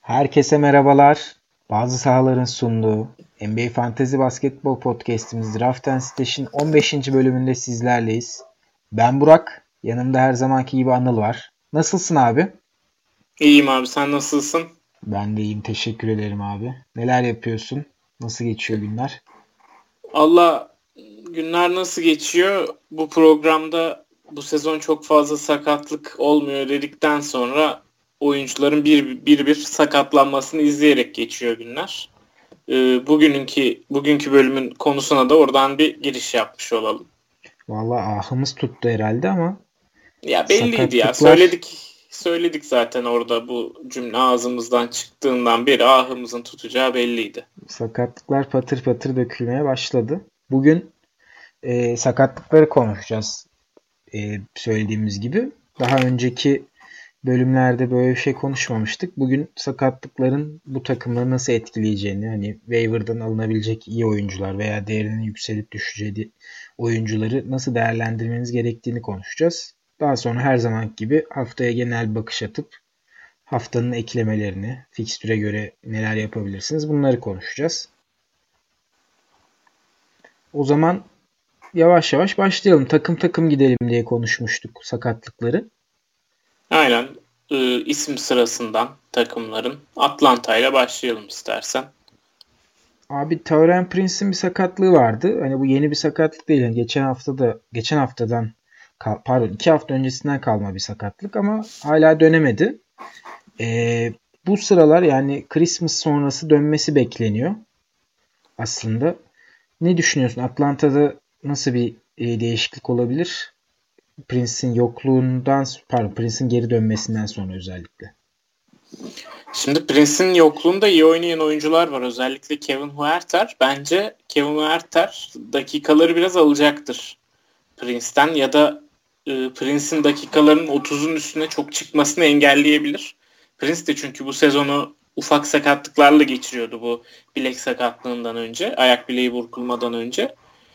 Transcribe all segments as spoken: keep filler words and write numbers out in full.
Herkese merhabalar. Bazı sahaların sunduğu N B A Fantasy Basketbol Podcast'imiz Draft and Stash'in on beşinci bölümünde sizlerleyiz. Ben Burak. Yanımda her zamanki gibi Anıl var. Nasılsın abi? İyiyim abi, sen nasılsın? Ben de iyiyim. Teşekkür ederim abi. Neler yapıyorsun? Nasıl geçiyor günler? Allah, günler nasıl geçiyor? Bu programda bu sezon çok fazla sakatlık olmuyor dedikten sonra oyuncuların bir bir, bir sakatlanmasını izleyerek geçiyor günler. Ee, bugününki bugünkü bölümün konusuna da oradan bir giriş yapmış olalım. Vallahi ahımız tuttu herhalde ama Ya belliydi ya. sakatlıklar Söyledik söyledik zaten orada bu cümle ağzımızdan çıktığından beri ahımızın tutacağı belliydi. sakatlıklar patır patır dökülmeye başladı. Bugün e, sakatlıkları konuşacağız. E, söylediğimiz gibi. Daha önceki bölümlerde böyle bir şey konuşmamıştık. Bugün sakatlıkların bu takımları nasıl etkileyeceğini, hani waiver'dan alınabilecek iyi oyuncular veya değerinin yükselip düşeceği oyuncuları nasıl değerlendirmeniz gerektiğini konuşacağız. Daha sonra her zaman gibi haftaya genel bir bakış atıp haftanın eklemelerini, fikstüre göre neler yapabilirsiniz bunları konuşacağız. O zaman yavaş yavaş başlayalım. Takım takım gidelim diye konuşmuştuk sakatlıkları. Aynen. Ee, isim sırasından takımların Atlanta ile başlayalım istersen. Abi Taurean Prince'in bir sakatlığı vardı. Hani bu yeni bir sakatlık değil. Yani geçen hafta da geçen haftadan pardon iki hafta öncesinden kalma bir sakatlık ama hala dönemedi. Ee, bu sıralar yani Christmas sonrası dönmesi bekleniyor aslında. Ne düşünüyorsun? Atlanta'da nasıl bir e, değişiklik olabilir? Prince'in yokluğundan pardon Prince'in geri dönmesinden sonra özellikle. Şimdi Prince'in yokluğunda iyi oynayan oyuncular var. Özellikle Kevin Huerter. Bence Kevin Huerter dakikaları biraz alacaktır Prince'ten ya da e, Prince'in dakikalarının otuzun üstüne çok çıkmasını engelleyebilir. Prince de çünkü bu sezonu ufak sakatlıklarla geçiriyordu bu bilek sakatlığından önce, ayak bileği burkulmadan önce.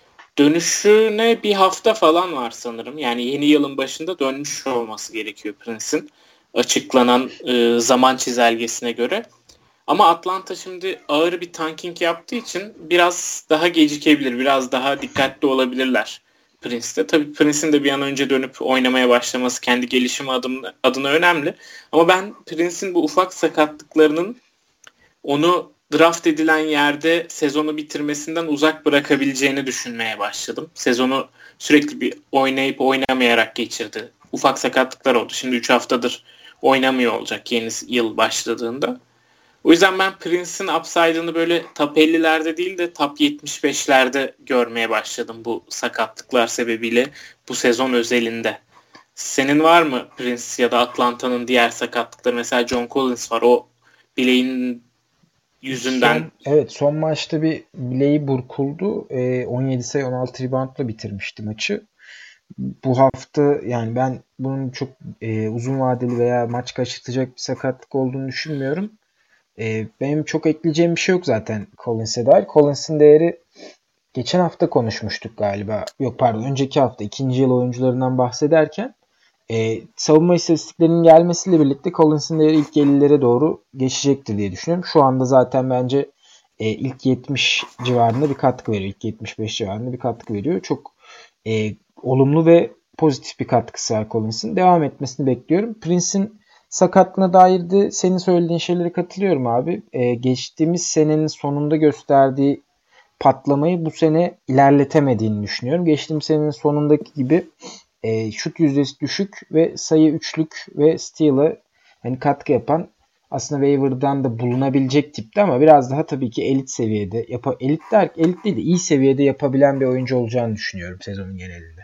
Dönüşüne bir hafta falan var sanırım. Yani yeni yılın başında dönmüş olması gerekiyor Prince'in açıklanan e, zaman çizelgesine göre. Ama Atlanta şimdi ağır bir tanking yaptığı için biraz daha gecikebilir, biraz daha dikkatli olabilirler Prince'te. Tabii Prince'in de bir an önce dönüp oynamaya başlaması kendi gelişim adına, adına önemli. Ama ben Prince'in bu ufak sakatlıklarının onu draft edilen yerde sezonu bitirmesinden uzak bırakabileceğini düşünmeye başladım. Sezonu sürekli bir oynayıp oynamayarak geçirdi. Ufak sakatlıklar oldu. Şimdi üç haftadır oynamıyor olacak yeni yıl başladığında. O yüzden ben Prince'in upside'ını böyle top ellilerde değil de top yetmiş beşlerde görmeye başladım bu sakatlıklar sebebiyle bu sezon özelinde. Senin var mı Prince ya da Atlanta'nın diğer sakatlıkları? Mesela John Collins var. O bileğin yüzünden. Son evet son maçta bir bileği burkuldu. Ee, on yedi sayı on altı reboundla bitirmişti maçı. Bu hafta yani ben bunun çok e, uzun vadeli veya maç kaçırtacak bir sakatlık olduğunu düşünmüyorum. E, benim çok ekleyeceğim bir şey yok zaten Collins'e dair. Collins'in değeri geçen hafta konuşmuştuk galiba. Yok pardon önceki hafta ikinci yıl oyuncularından bahsederken e, savunma istatistiklerinin gelmesiyle birlikte Collins'in değeri ilk ellilere doğru geçecektir diye düşünüyorum. Şu anda zaten bence e, ilk yetmiş civarında bir katkı veriyor. İlk yetmiş beş civarında bir katkı veriyor. Çok e, olumlu ve pozitif bir katkısı var Collins'in. Devam etmesini bekliyorum. Prince'in sakatlığına dair de senin söylediğin şeylere katılıyorum abi. E, geçtiğimiz senenin sonunda gösterdiği patlamayı bu sene ilerletemediğini düşünüyorum. Geçtiğimiz senenin sonundaki gibi e, şut yüzdesi düşük ve sayı üçlük ve steal'a hani katkı yapan aslında waiver'dan da bulunabilecek tipte ama biraz daha tabii ki elit seviyede yapa, elit der, elit değil de iyi seviyede yapabilen bir oyuncu olacağını düşünüyorum sezonun genelinde.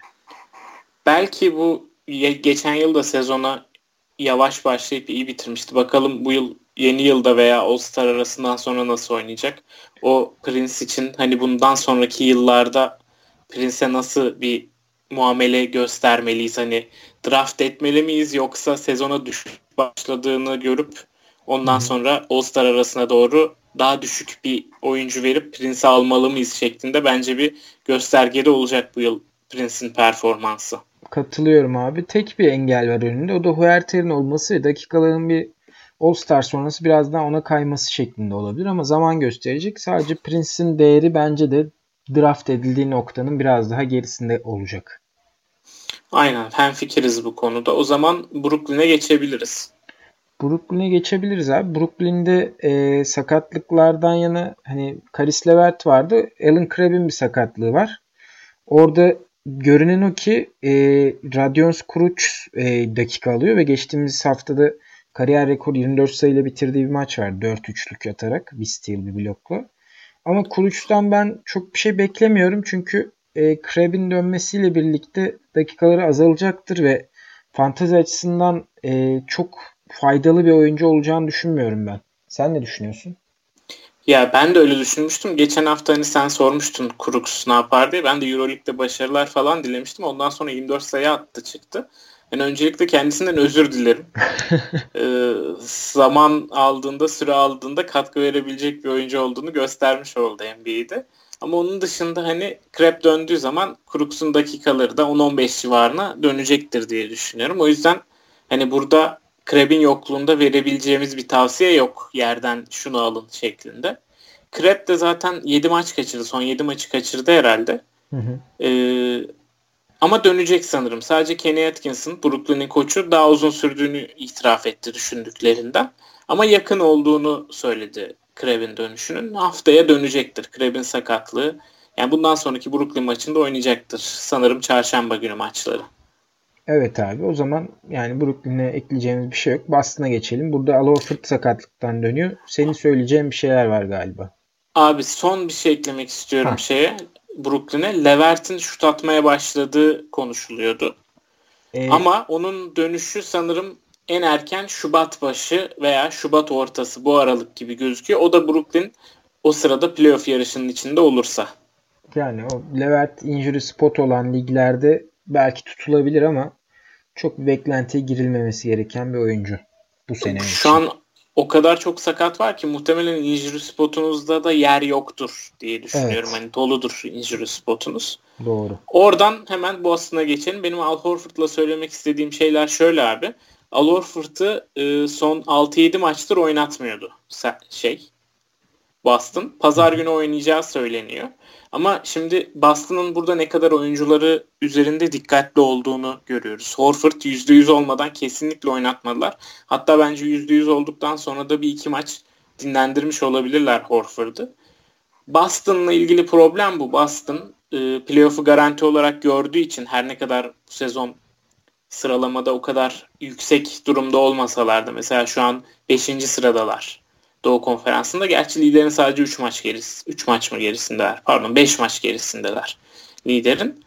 Belki bu geçen yıl da sezona yavaş başlayıp iyi bitirmişti. Bakalım bu yıl yeni yılda veya All-Star arasından sonra nasıl oynayacak? O Prince için hani bundan sonraki yıllarda Prince'e nasıl bir muamele göstermeliyiz? Hani draft etmeli miyiz yoksa sezona düşük başladığını görüp Hı ondan hı. sonra All-Star arasına doğru daha düşük bir oyuncu verip Prince'e almalı mıyız şeklinde bence bir göstergede olacak bu yıl Prince'in performansı. Katılıyorum abi. Tek bir engel var önünde. O da Huerter'in olması ve dakikaların bir All-Star sonrası biraz daha ona kayması şeklinde olabilir ama zaman gösterecek. Sadece Prince'in değeri bence de draft edildiği noktanın biraz daha gerisinde olacak. Aynen, hemfikiriz bu konuda. O zaman Brooklyn'e geçebiliriz. Brooklyn'e geçebiliriz abi. Brooklyn'de e, sakatlıklardan yana hani Caris LeVert vardı. Allen Crabbe'in bir sakatlığı var. Orada görünen o ki e, Radion Kuruc e, dakika alıyor ve geçtiğimiz haftada kariyer rekoru yirmi dört sayıyla bitirdiği bir maç var. dört üçlük atarak bir steal bir blokla. Ama Kuruc'tan ben çok bir şey beklemiyorum. Çünkü e, Crabbe'in dönmesiyle birlikte dakikaları azalacaktır ve fantezi açısından e, çok faydalı bir oyuncu olacağını düşünmüyorum ben. Sen ne düşünüyorsun? Ya ben de öyle düşünmüştüm. Geçen hafta hani sen sormuştun Crooks ne yapar diye. Ben de Euroleague'de başarılar falan dilemiştim. Ondan sonra yirmi dört sayı attı çıktı. Yani öncelikle kendisinden özür dilerim. Ee, zaman aldığında, süre aldığında katkı verebilecek bir oyuncu olduğunu göstermiş oldu N B A'de. Ama onun dışında hani Crabbe döndüğü zaman Crooks'un dakikaları da on on beş civarına dönecektir diye düşünüyorum. O yüzden hani burada Crabbe'in yokluğunda verebileceğimiz bir tavsiye yok. Yerden şunu alın şeklinde. Crabbe de zaten yedi maç kaçırdı. Son yedi maçı kaçırdı herhalde. Hı hı. Ee, ama dönecek sanırım. Sadece Kenny Atkinson, Brooklyn'in koçu daha uzun sürdüğünü itiraf etti düşündüklerinden. Ama yakın olduğunu söyledi Crabbe'in dönüşünün. Haftaya dönecektir. Crabbe'in sakatlığı. Yani bundan sonraki Brooklyn maçında oynayacaktır. Sanırım çarşamba günü maçları. Evet abi, o zaman yani Brooklyn'e ekleyeceğimiz bir şey yok. Boston'a geçelim. Burada Al Horford sakatlıktan dönüyor. Senin söyleyeceğin bir şeyler var galiba. Abi son bir şey eklemek istiyorum Ha. şeye. Brooklyn'e. Levert'in şut atmaya başladığı konuşuluyordu. E, Ama onun dönüşü sanırım en erken Şubat başı veya Şubat ortası, bu aralık gibi gözüküyor. O da Brooklyn o sırada playoff yarışının içinde olursa. Yani o Levert injury spot olan liglerde belki tutulabilir ama çok bir beklentiye girilmemesi gereken bir oyuncu bu sene Şu için. an o kadar çok sakat var ki muhtemelen injury spotunuzda da yer yoktur diye düşünüyorum. Evet, Hani doludur injury spotunuz. doğru. Oradan hemen Boston'a geçelim. Benim Al Horford'la söylemek istediğim şeyler şöyle abi. Al Horford'u e, son altı yedi maçtır oynatmıyordu şey Boston. Hı Pazar hı. günü oynayacağı söyleniyor. Ama şimdi Boston'ın burada ne kadar oyuncuları üzerinde dikkatli olduğunu görüyoruz. Horford yüzde yüz olmadan kesinlikle oynatmadılar. Hatta bence yüzde yüz olduktan sonra da bir iki maç dinlendirmiş olabilirler Horford'u. Boston'la ilgili problem bu. Boston e, playoff'u garanti olarak gördüğü için her ne kadar bu sezon sıralamada o kadar yüksek durumda olmasalar da mesela şu an beşinci sıradalar Doğu Konferansı'nda. Gerçi liderin sadece üç maç gerisi. üç maç mı gerisindeler? Pardon, beş maç gerisindeler liderin.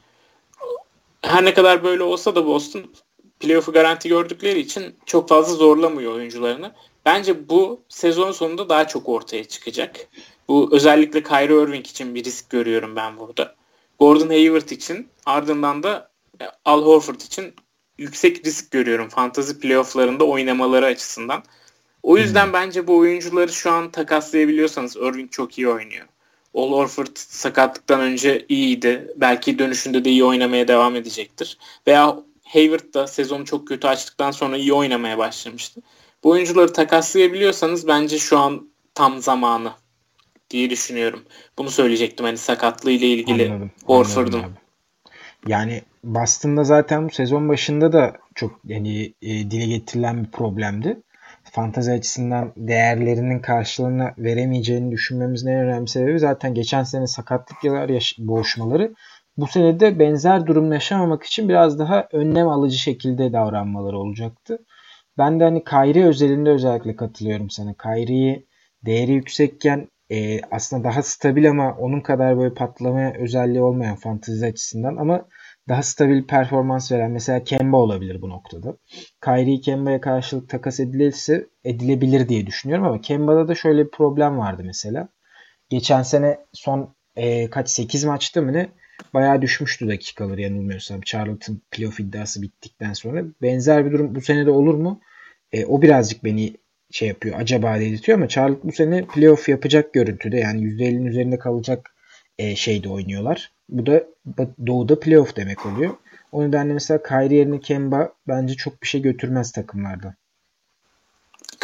Her ne kadar böyle olsa da Boston playoff'u garanti gördükleri için çok fazla zorlamıyor oyuncularını. Bence bu sezon sonunda daha çok ortaya çıkacak. Bu özellikle Kyrie Irving için bir risk görüyorum ben burada. Gordon Hayward için, ardından da Al Horford için yüksek risk görüyorum fantasy playoff'larında oynamaları açısından. O Hmm, yüzden bence bu oyuncuları şu an takaslayabiliyorsanız, Irving çok iyi oynuyor. Al Horford sakatlıktan önce iyiydi. Belki dönüşünde de iyi oynamaya devam edecektir. Veya Hayward da sezonu çok kötü açtıktan sonra iyi oynamaya başlamıştı. Bu oyuncuları takaslayabiliyorsanız bence şu an tam zamanı diye düşünüyorum. Bunu söyleyecektim hani sakatlığı ile ilgili anladım. Anladım Horford'un. abi. Yani Boston'da zaten bu sezon başında da çok yani e, dile getirilen bir problemdi. Fantezi açısından değerlerinin karşılığını veremeyeceğini düşünmemizin en önemli sebebi zaten geçen sene sakatlık yıllar yaş- boğuşmaları. Bu sene de benzer durum yaşamamak için biraz daha önlem alıcı şekilde davranmaları olacaktı. Ben de hani Kyrie özelinde özellikle katılıyorum sana. Kyrie'yi değeri yüksekken e, aslında daha stabil ama onun kadar böyle patlama özelliği olmayan fantezi açısından ama daha stabil performans veren mesela Kemba olabilir bu noktada. Kyrie Kemba'ya karşılık takas edilirse edilebilir diye düşünüyorum ama Kemba'da da şöyle bir problem vardı mesela. Geçen sene son e, kaç sekiz maçta mı ne bayağı düşmüştü dakikaları yanılmıyorsam. Charlottes'ın playoff iddiası bittikten sonra. Benzer bir durum bu sene de olur mu? E, o birazcık beni şey yapıyor. Acaba dedirtiyor ama Charlotte bu sene playoff yapacak görüntüde. Yani yüzde ellinin üzerinde kalacak e, şeyde oynuyorlar. Bu da doğuda playoff demek oluyor. O nedenle mesela Kyrie yerine Kemba bence çok bir şey götürmez takımlardan.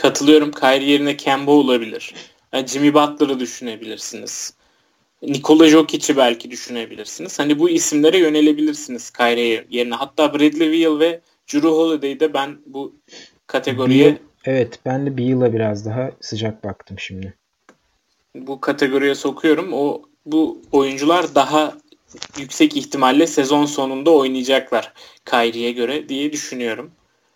katılıyorum. Kyrie yerine Kemba olabilir. Yani Jimmy Butler'ı düşünebilirsiniz. Nikola Jokic'i belki düşünebilirsiniz. Hani bu isimlere yönelebilirsiniz Kyrie yerine. Hatta Bradley Beal ve Jrue Holiday'de ben bu kategoriye Beal, evet ben de Beal'a biraz daha sıcak baktım şimdi. bu kategoriye sokuyorum. O bu oyuncular daha yüksek ihtimalle sezon sonunda oynayacaklar Kyrie'ye göre diye düşünüyorum.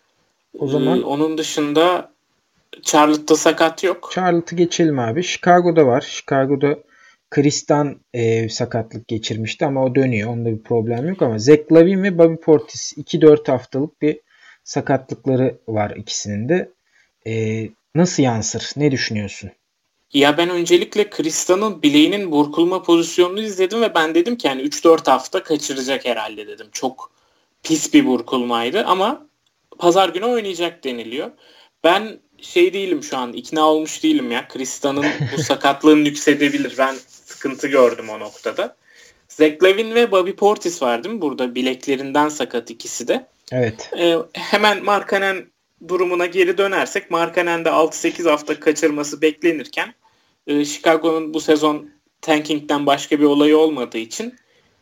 O Ee, zaman onun dışında Charlotte'da sakat yok. Charlotte'ı geçelim abi. Chicago'da var. Chicago'da Chris'ten e, sakatlık geçirmişti ama o dönüyor. Onda bir problem yok ama Zach LaVine ve Bobby Portis iki dört haftalık bir sakatlıkları var ikisinin de. E, nasıl yansır? Ne düşünüyorsun? Ya ben öncelikle Kristan'ın bileğinin burkulma pozisyonunu izledim ve ben dedim ki yani üç dört hafta kaçıracak herhalde dedim. Çok pis bir burkulmaydı ama pazar günü oynayacak deniliyor. Ben şey değilim şu an, ikna olmuş değilim ya. Kristan'ın bu sakatlığını nüksedebilir. Ben sıkıntı gördüm o noktada. Zach LaVine ve Bobby Portis var değil mi? Burada bileklerinden sakat ikisi de. Evet. Ee, hemen Markkanen durumuna geri dönersek Markkanen'de altı sekiz hafta kaçırması beklenirken e, Chicago'nun bu sezon tanking'den başka bir olayı olmadığı için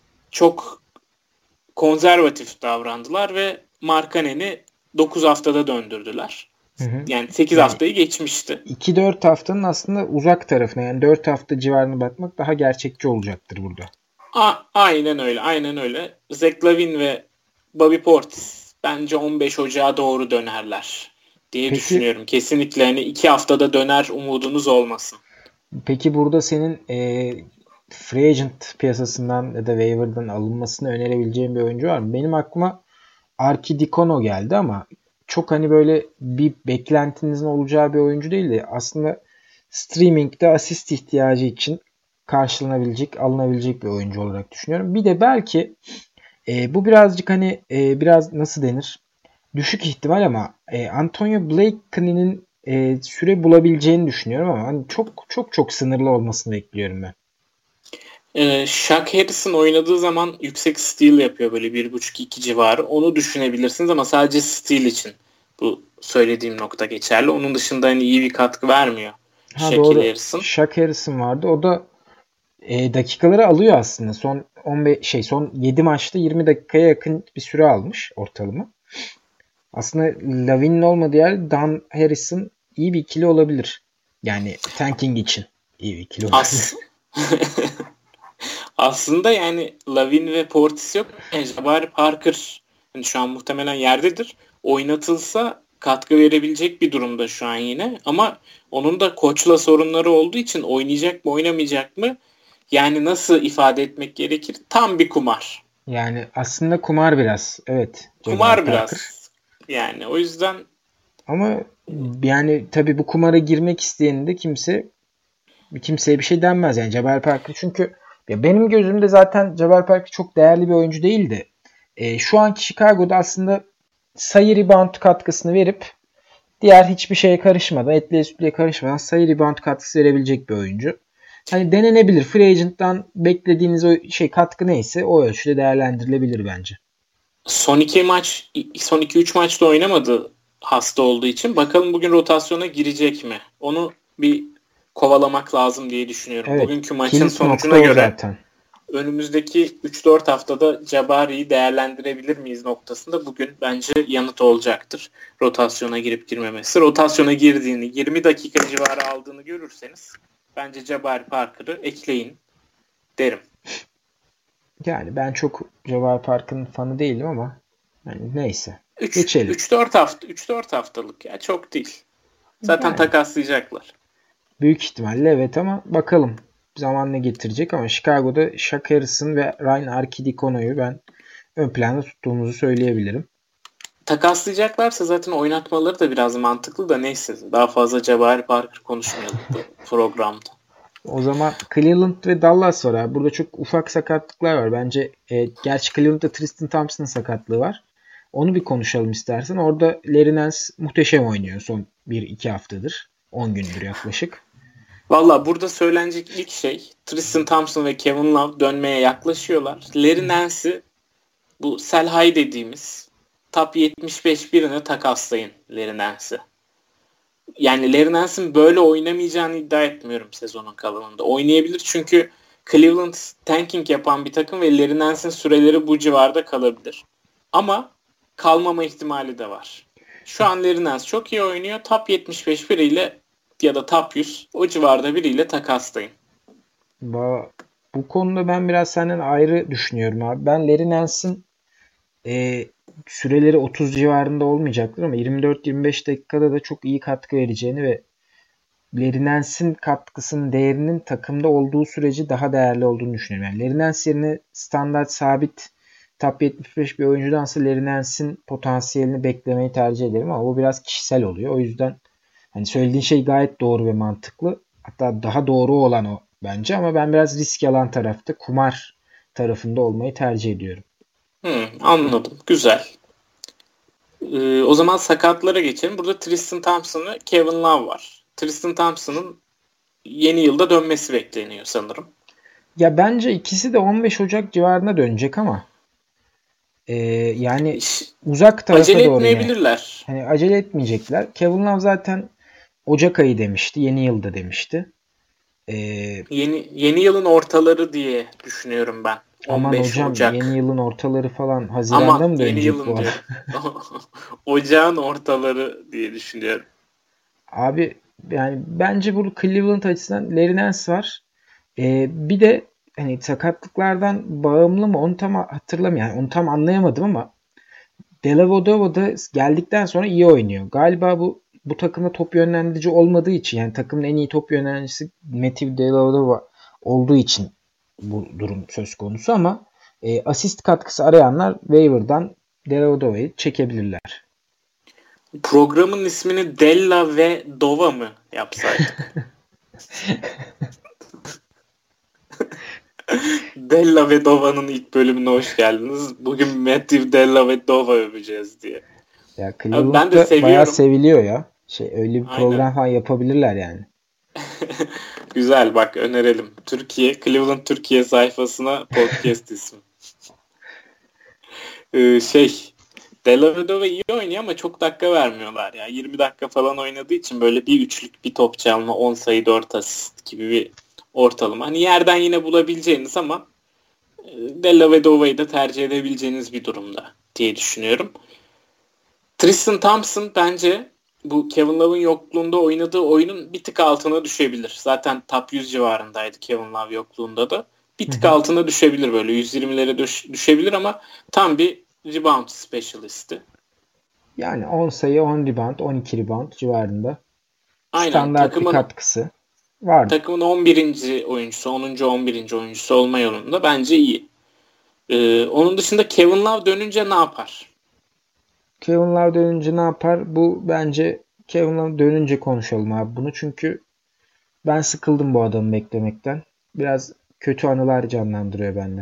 çok konservatif davrandılar ve Markkanen'i dokuz haftada döndürdüler. Hı hı. Yani sekiz Yani haftayı geçmişti. iki dört haftanın aslında uzak tarafına yani dört hafta civarına bakmak daha gerçekçi olacaktır burada. A- aynen öyle, aynen öyle. Zach LaVine ve Bobby Portis bence on beş Ocağı doğru dönerler diye Peki düşünüyorum. Kesinlikle hani iki haftada döner umudunuz olmasın. peki burada senin e, free agent piyasasından ya da waiver'dan alınmasını önerebileceğin bir oyuncu var mı? Benim aklıma Arkidikono geldi ama çok hani böyle bir beklentinizin olacağı bir oyuncu değil de aslında streaming'de asist ihtiyacı için karşılanabilecek, alınabilecek bir oyuncu olarak düşünüyorum. Bir de belki e, bu birazcık hani e, biraz nasıl denir? Düşük ihtimal ama e, Antonio Blakeney'nin e, süre bulabileceğini düşünüyorum ama hani çok çok çok sınırlı olmasını bekliyorum ben. Ee, Shaq Harrison oynadığı zaman yüksek steal yapıyor böyle bir buçuk iki civarı. Onu düşünebilirsiniz ama sadece steal için bu söylediğim nokta geçerli. Onun dışında hani iyi bir katkı vermiyor Ha Shaq doğru. Harrison. Shaq Harrison vardı. O da e, dakikaları alıyor aslında. Son on beş şey son yedi maçta yirmi dakikaya yakın bir süre almış ortalama. Aslında Lavin'in olmadığı yer Dan Harrison iyi bir ikili olabilir. Yani tanking için iyi bir ikili olabilir. As Aslında yani Lavin ve Portis yok. Yani Jabari Parker hani şu an muhtemelen yerdedir. Oynatılsa katkı verebilecek bir durumda şu an yine. Ama onun da koçla sorunları olduğu için oynayacak mı oynamayacak mı? Yani nasıl ifade etmek gerekir? Tam bir kumar. Yani aslında kumar biraz. Evet. Jabari Kumar Parker. biraz. Yani o yüzden Ama yani tabii bu kumara girmek isteyen de kimse kimseye bir şey denmez. Yani Jabari Parker çünkü ya benim gözümde zaten Jabari Parker çok değerli bir oyuncu değildi. E, şu anki Chicago'da aslında sayı rebound katkısını verip diğer hiçbir şeye karışmadan, etliye sütlüye karışmadan sayı rebound katkısı verebilecek bir oyuncu. Hani denenebilir. Free agent'tan beklediğiniz o şey katkı neyse o ölçüde değerlendirilebilir bence. son iki maç, son iki üç maçta oynamadı hasta olduğu için. Bakalım bugün rotasyona girecek mi? Onu bir kovalamak lazım diye düşünüyorum. Evet. Bugünkü maçın Kilit nokta sonucuna o göre zaten. önümüzdeki üç dört haftada Jabari'yi değerlendirebilir miyiz noktasında bugün bence yanıt olacaktır. Rotasyona girip girmemesi. Rotasyona girdiğini, yirmi dakika civarı aldığını görürseniz bence Jabari Parker'ı ekleyin derim. Yani ben çok Jabari Parker'ın fanı değilim ama yani neyse. Geçelim. üç dört hafta üç dört haftalık ya çok değil. Zaten Yani takaslayacaklar. büyük ihtimalle evet ama bakalım zaman ne getirecek ama Chicago'da Shaq Harrison ve Ryan Arkidikono'yu ben ön planda tuttuğumuzu söyleyebilirim. Takaslayacaklarsa zaten oynatmaları da biraz mantıklı da neyse. Daha fazla Jabari Parker konuşmayalım bu programda. O zaman Cleveland ve Dallas var abi. Burada çok ufak sakatlıklar var. Bence e, gerçi Cleveland'da Tristan Thompson'ın sakatlığı var. Onu bir konuşalım istersen. Orada Larry Nance muhteşem oynuyor son bir iki haftadır. on gündür yaklaşık. Valla burada söylenecek ilk şey Tristan Thompson ve Kevin Love dönmeye yaklaşıyorlar. Larry Nance'i bu sell high dediğimiz top yetmiş beş birine takaslayın Larry Nance'i. yani Larry Nance'in böyle oynamayacağını iddia etmiyorum sezonun kalanında. Oynayabilir çünkü Cleveland tanking yapan bir takım ve Larry Nance'in süreleri bu civarda kalabilir. Ama kalmama ihtimali de var. Şu an Larry Nance çok iyi oynuyor. Top yetmiş beş biriyle ya da top yüz o civarda biriyle takastayım. Ba- Bu konuda ben biraz senden ayrı düşünüyorum abi. Ben Larry Nance'in e, süreleri otuz civarında olmayacaktır ama yirmi dört yirmi beş dakikada da çok iyi katkı vereceğini ve Larry Nance'in katkısının değerinin takımda olduğu sürece daha değerli olduğunu düşünüyorum. Yani Larry Nance yerine standart sabit top yetmiş beş bir oyuncudansa Larry Nance'in potansiyelini beklemeyi tercih ederim ama bu biraz kişisel oluyor. O yüzden hani söylediğin şey gayet doğru ve mantıklı. Hatta daha doğru olan o bence ama ben biraz risk alan tarafta, kumar tarafında olmayı tercih ediyorum. Hmm, anladım. Güzel. Ee, o zaman sakatlara geçelim. Burada Tristan Thompson ve Kevin Love var. Tristan Thompson'ın yeni yılda dönmesi bekleniyor sanırım. Ya bence ikisi de on beş Ocak civarına dönecek ama e, yani İş, uzak tarafa acele doğru yine. etmeyebilirler. Hani acele etmeyecekler. Kevin Love zaten Ocak ayı demişti. Yeni yılda demişti. Ee, Yeni yeni yılın ortaları diye düşünüyorum ben. Aman on beş hocam yeni Ocak. yılın ortaları falan Haziran'da Aman mı yeni dönecek bu yılın adam? diyorum. Ocağın ortaları diye düşünüyorum. Abi yani bence bu Cleveland açısından Larry Nance var. Ee, bir de hani sakatlıklardan bağımlı mı onu tam hatırlamıyorum. Yani onu tam anlayamadım ama Dellavedova da geldikten sonra iyi oynuyor. Galiba bu bu takımda top yönlendirici olmadığı için yani takımın en iyi top yönlendiricisi Matthew Dellavedova olduğu için bu durum söz konusu ama e, asist katkısı arayanlar waiver'dan Dellavedova'yı çekebilirler. Programın ismini Della ve Dova mı yapsaydık? Della ve Dova'nın ilk bölümüne hoş geldiniz. Bugün Matthew Della ve Dova öveceğiz diye. Ya Abi ben de Cleveland'da bayağı seviyorum. seviliyor ya. Şey öyle bir Aynen. program falan yapabilirler yani. Güzel bak önerelim. Türkiye, Cleveland Türkiye sayfasına podcast ismi. Ee, şey Della Vedova iyi oynuyor ama çok dakika vermiyorlar ya. yirmi dakika falan oynadığı için böyle bir üçlük bir top çalma on sayı dört asist gibi bir ortalama. Hani yerden yine bulabileceğiniz ama e, Della Vedova'yı da tercih edebileceğiniz bir durumda diye düşünüyorum. Tristan Thompson bence bu Kevin Love'ın yokluğunda oynadığı oyunun bir tık altına düşebilir. Zaten top yüz civarındaydı Kevin Love yokluğunda da. Bir Hı tık hı. altına düşebilir böyle yüz yirmilere düş- düşebilir ama tam bir rebound specialist'i. Yani on sayı, on rebound, on iki rebound civarında Aynen standart bir takımın katkısı var. takımın on birinci oyuncusu, onuncu on birinci oyuncusu olma yolunda bence iyi. Ee, onun dışında Kevin Love dönünce ne yapar? Kevin Love dönünce ne yapar? Bu bence Kevin Love dönünce konuşalım abi bunu. Çünkü ben sıkıldım bu adamı beklemekten. Biraz kötü anılar canlandırıyor bende.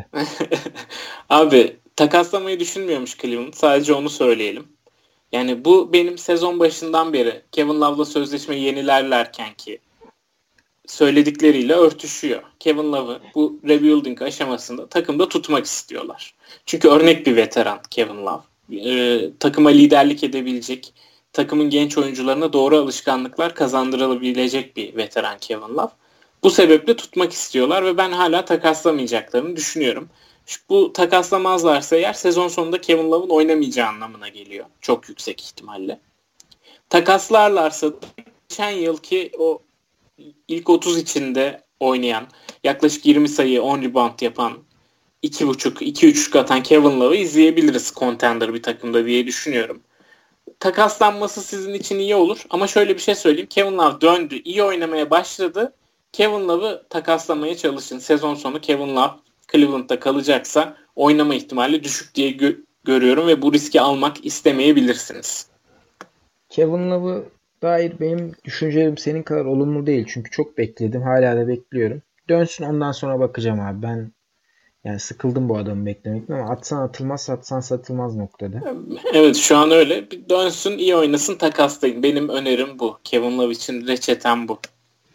Abi takaslamayı düşünmüyormuş Cleveland. Sadece onu söyleyelim. Yani bu benim sezon başından beri Kevin Love'la sözleşme yenilerlerken ki söyledikleriyle örtüşüyor. Kevin Love'ı bu rebuilding aşamasında takımda tutmak istiyorlar. Çünkü örnek bir veteran Kevin Love. Ee, takıma liderlik edebilecek, takımın genç oyuncularına doğru alışkanlıklar kazandırılabilecek bir veteran Kevin Love. Bu sebeple tutmak istiyorlar ve ben hala takaslamayacaklarını düşünüyorum. Bu takaslamazlarsa eğer sezon sonunda Kevin Love'ın oynamayacağı anlamına geliyor. Çok yüksek ihtimalle. Takaslarlarsa geçen yılki o ilk otuz içinde oynayan, yaklaşık yirmi sayı, on rebound yapan, iki buçuk iki üç atan Kevin Love'ı izleyebiliriz contender bir takımda diye düşünüyorum. Takaslanması sizin için iyi olur ama şöyle bir şey söyleyeyim. Kevin Love döndü, iyi oynamaya başladı. Kevin Love'ı takaslamaya çalışın. Sezon sonu Kevin Love Cleveland'da kalacaksa oynama ihtimali düşük diye gö- görüyorum ve bu riski almak istemeyebilirsiniz. Kevin Love'a dair benim düşüncelerim senin kadar olumlu değil. Çünkü çok bekledim. Hala da bekliyorum. Dönsün ondan sonra bakacağım abi. Ben yani sıkıldım bu adamı beklemekten ama atsan atılmaz satsan satılmaz noktada. Evet şu an öyle. Bir dönsün iyi oynasın takaslayın. Benim önerim bu. Kevin Love için reçetem bu.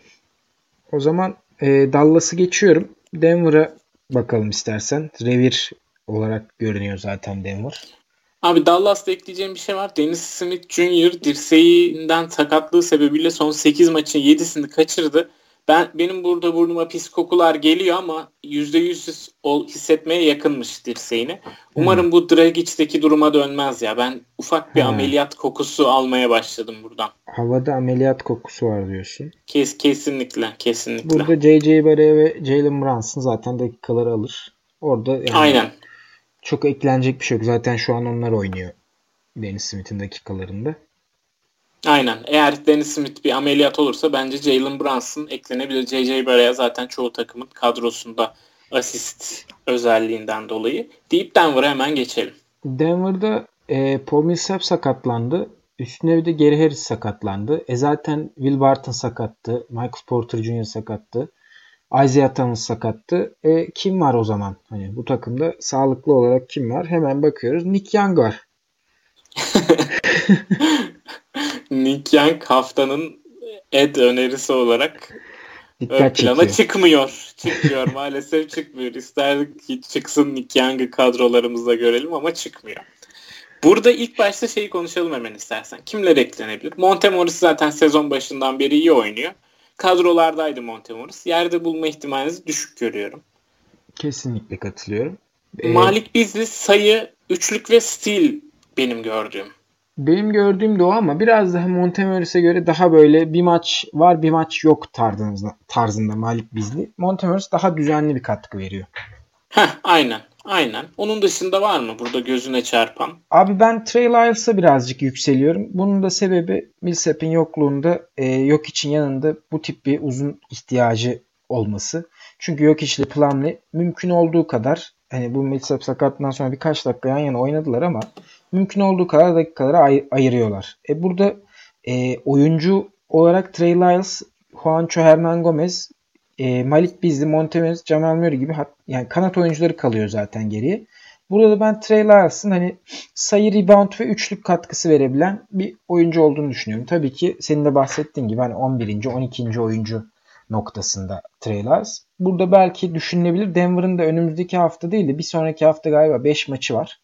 O zaman e, Dallas'ı geçiyorum. Denver'a bakalım istersen. Revir olarak görünüyor zaten Denver. Abi Dallas'ta ekleyeceğim bir şey var. Dennis Smith Junior dirseğinden sakatlığı sebebiyle son sekiz maçın yedisini kaçırdı. Ben benim burada burnuma pis kokular geliyor ama yüzde yüz hissetmeye yakınmış dirseğini. Umarım hmm. bu Dragic'teki duruma dönmez ya. Ben ufak bir He. ameliyat kokusu almaya başladım buradan. Havada ameliyat kokusu var diyorsun. Kes, kesinlikle, kesinlikle. Burada J J Barea ve Jalen Brunson zaten dakikaları alır. Orada yani Aynen. Çok eklenecek bir şey yok. Zaten şu an onlar oynuyor Dennis Smith'in dakikalarında. Aynen. Eğer Dennis Smith bir ameliyat olursa bence Jalen Brunson eklenebilir. J J Barea zaten çoğu takımın kadrosunda asist özelliğinden dolayı. Deyip Denver'a hemen geçelim. Denver'da e, Paul Millsap sakatlandı. Üstüne bir de Gary Harris sakatlandı. E zaten Will Barton sakattı. Michael Porter Junior sakattı. Isaiah Thomas sakattı. E, kim var o zaman? Hani bu takımda sağlıklı olarak kim var? Hemen bakıyoruz. Nick Young var. Nick Young haftanın ed önerisi olarak Dikkat ön plana çekiyor. çıkmıyor. Çıkmıyor. Maalesef çıkmıyor. İsterdik ki çıksın Nick Young'ı kadrolarımızda görelim ama çıkmıyor. Burada ilk başta şeyi konuşalım hemen istersen. Kimler eklenebilir? Monte zaten sezon başından beri iyi oynuyor. Kadrolardaydı Monte Morris. Yerde bulma ihtimalinizi düşük görüyorum. Kesinlikle katılıyorum. Ee, Malik Beasley sayı, üçlük ve steal benim gördüğüm. Benim gördüğüm de o ama biraz daha Montemoris'e göre daha böyle bir maç var bir maç yok tarzında, tarzında Malik Beasley. Montemoris daha düzenli bir katkı veriyor. Heh, aynen. Aynen. Onun dışında var mı burada gözüne çarpan? Abi ben Trey Lyles'a birazcık yükseliyorum. Bunun da sebebi Millsap'in yokluğunda e, yok için yanında bu tip bir uzun ihtiyacı olması. Çünkü yok ile Plumlee mümkün olduğu kadar hani bu Millsap sakatlığından sonra birkaç dakika yan yana oynadılar ama mümkün olduğu kadar dakikaları ay- ayırıyorlar. E burada e, oyuncu olarak Trey Lyles, Juancho Hernangomez, e, Malik Beasley, Montemoris, Jamal Murray gibi hat- yani kanat oyuncuları kalıyor zaten geriye. Burada da ben Trey Lyles'ın hani sayı, rebound ve üçlük katkısı verebilen bir oyuncu olduğunu düşünüyorum. Tabii ki senin de bahsettiğin gibi hani on birinci on ikinci oyuncu noktasında Trey Lyles. Burada belki düşünülebilir. Denver'ın da önümüzdeki hafta değil de bir sonraki hafta galiba beş maçı var.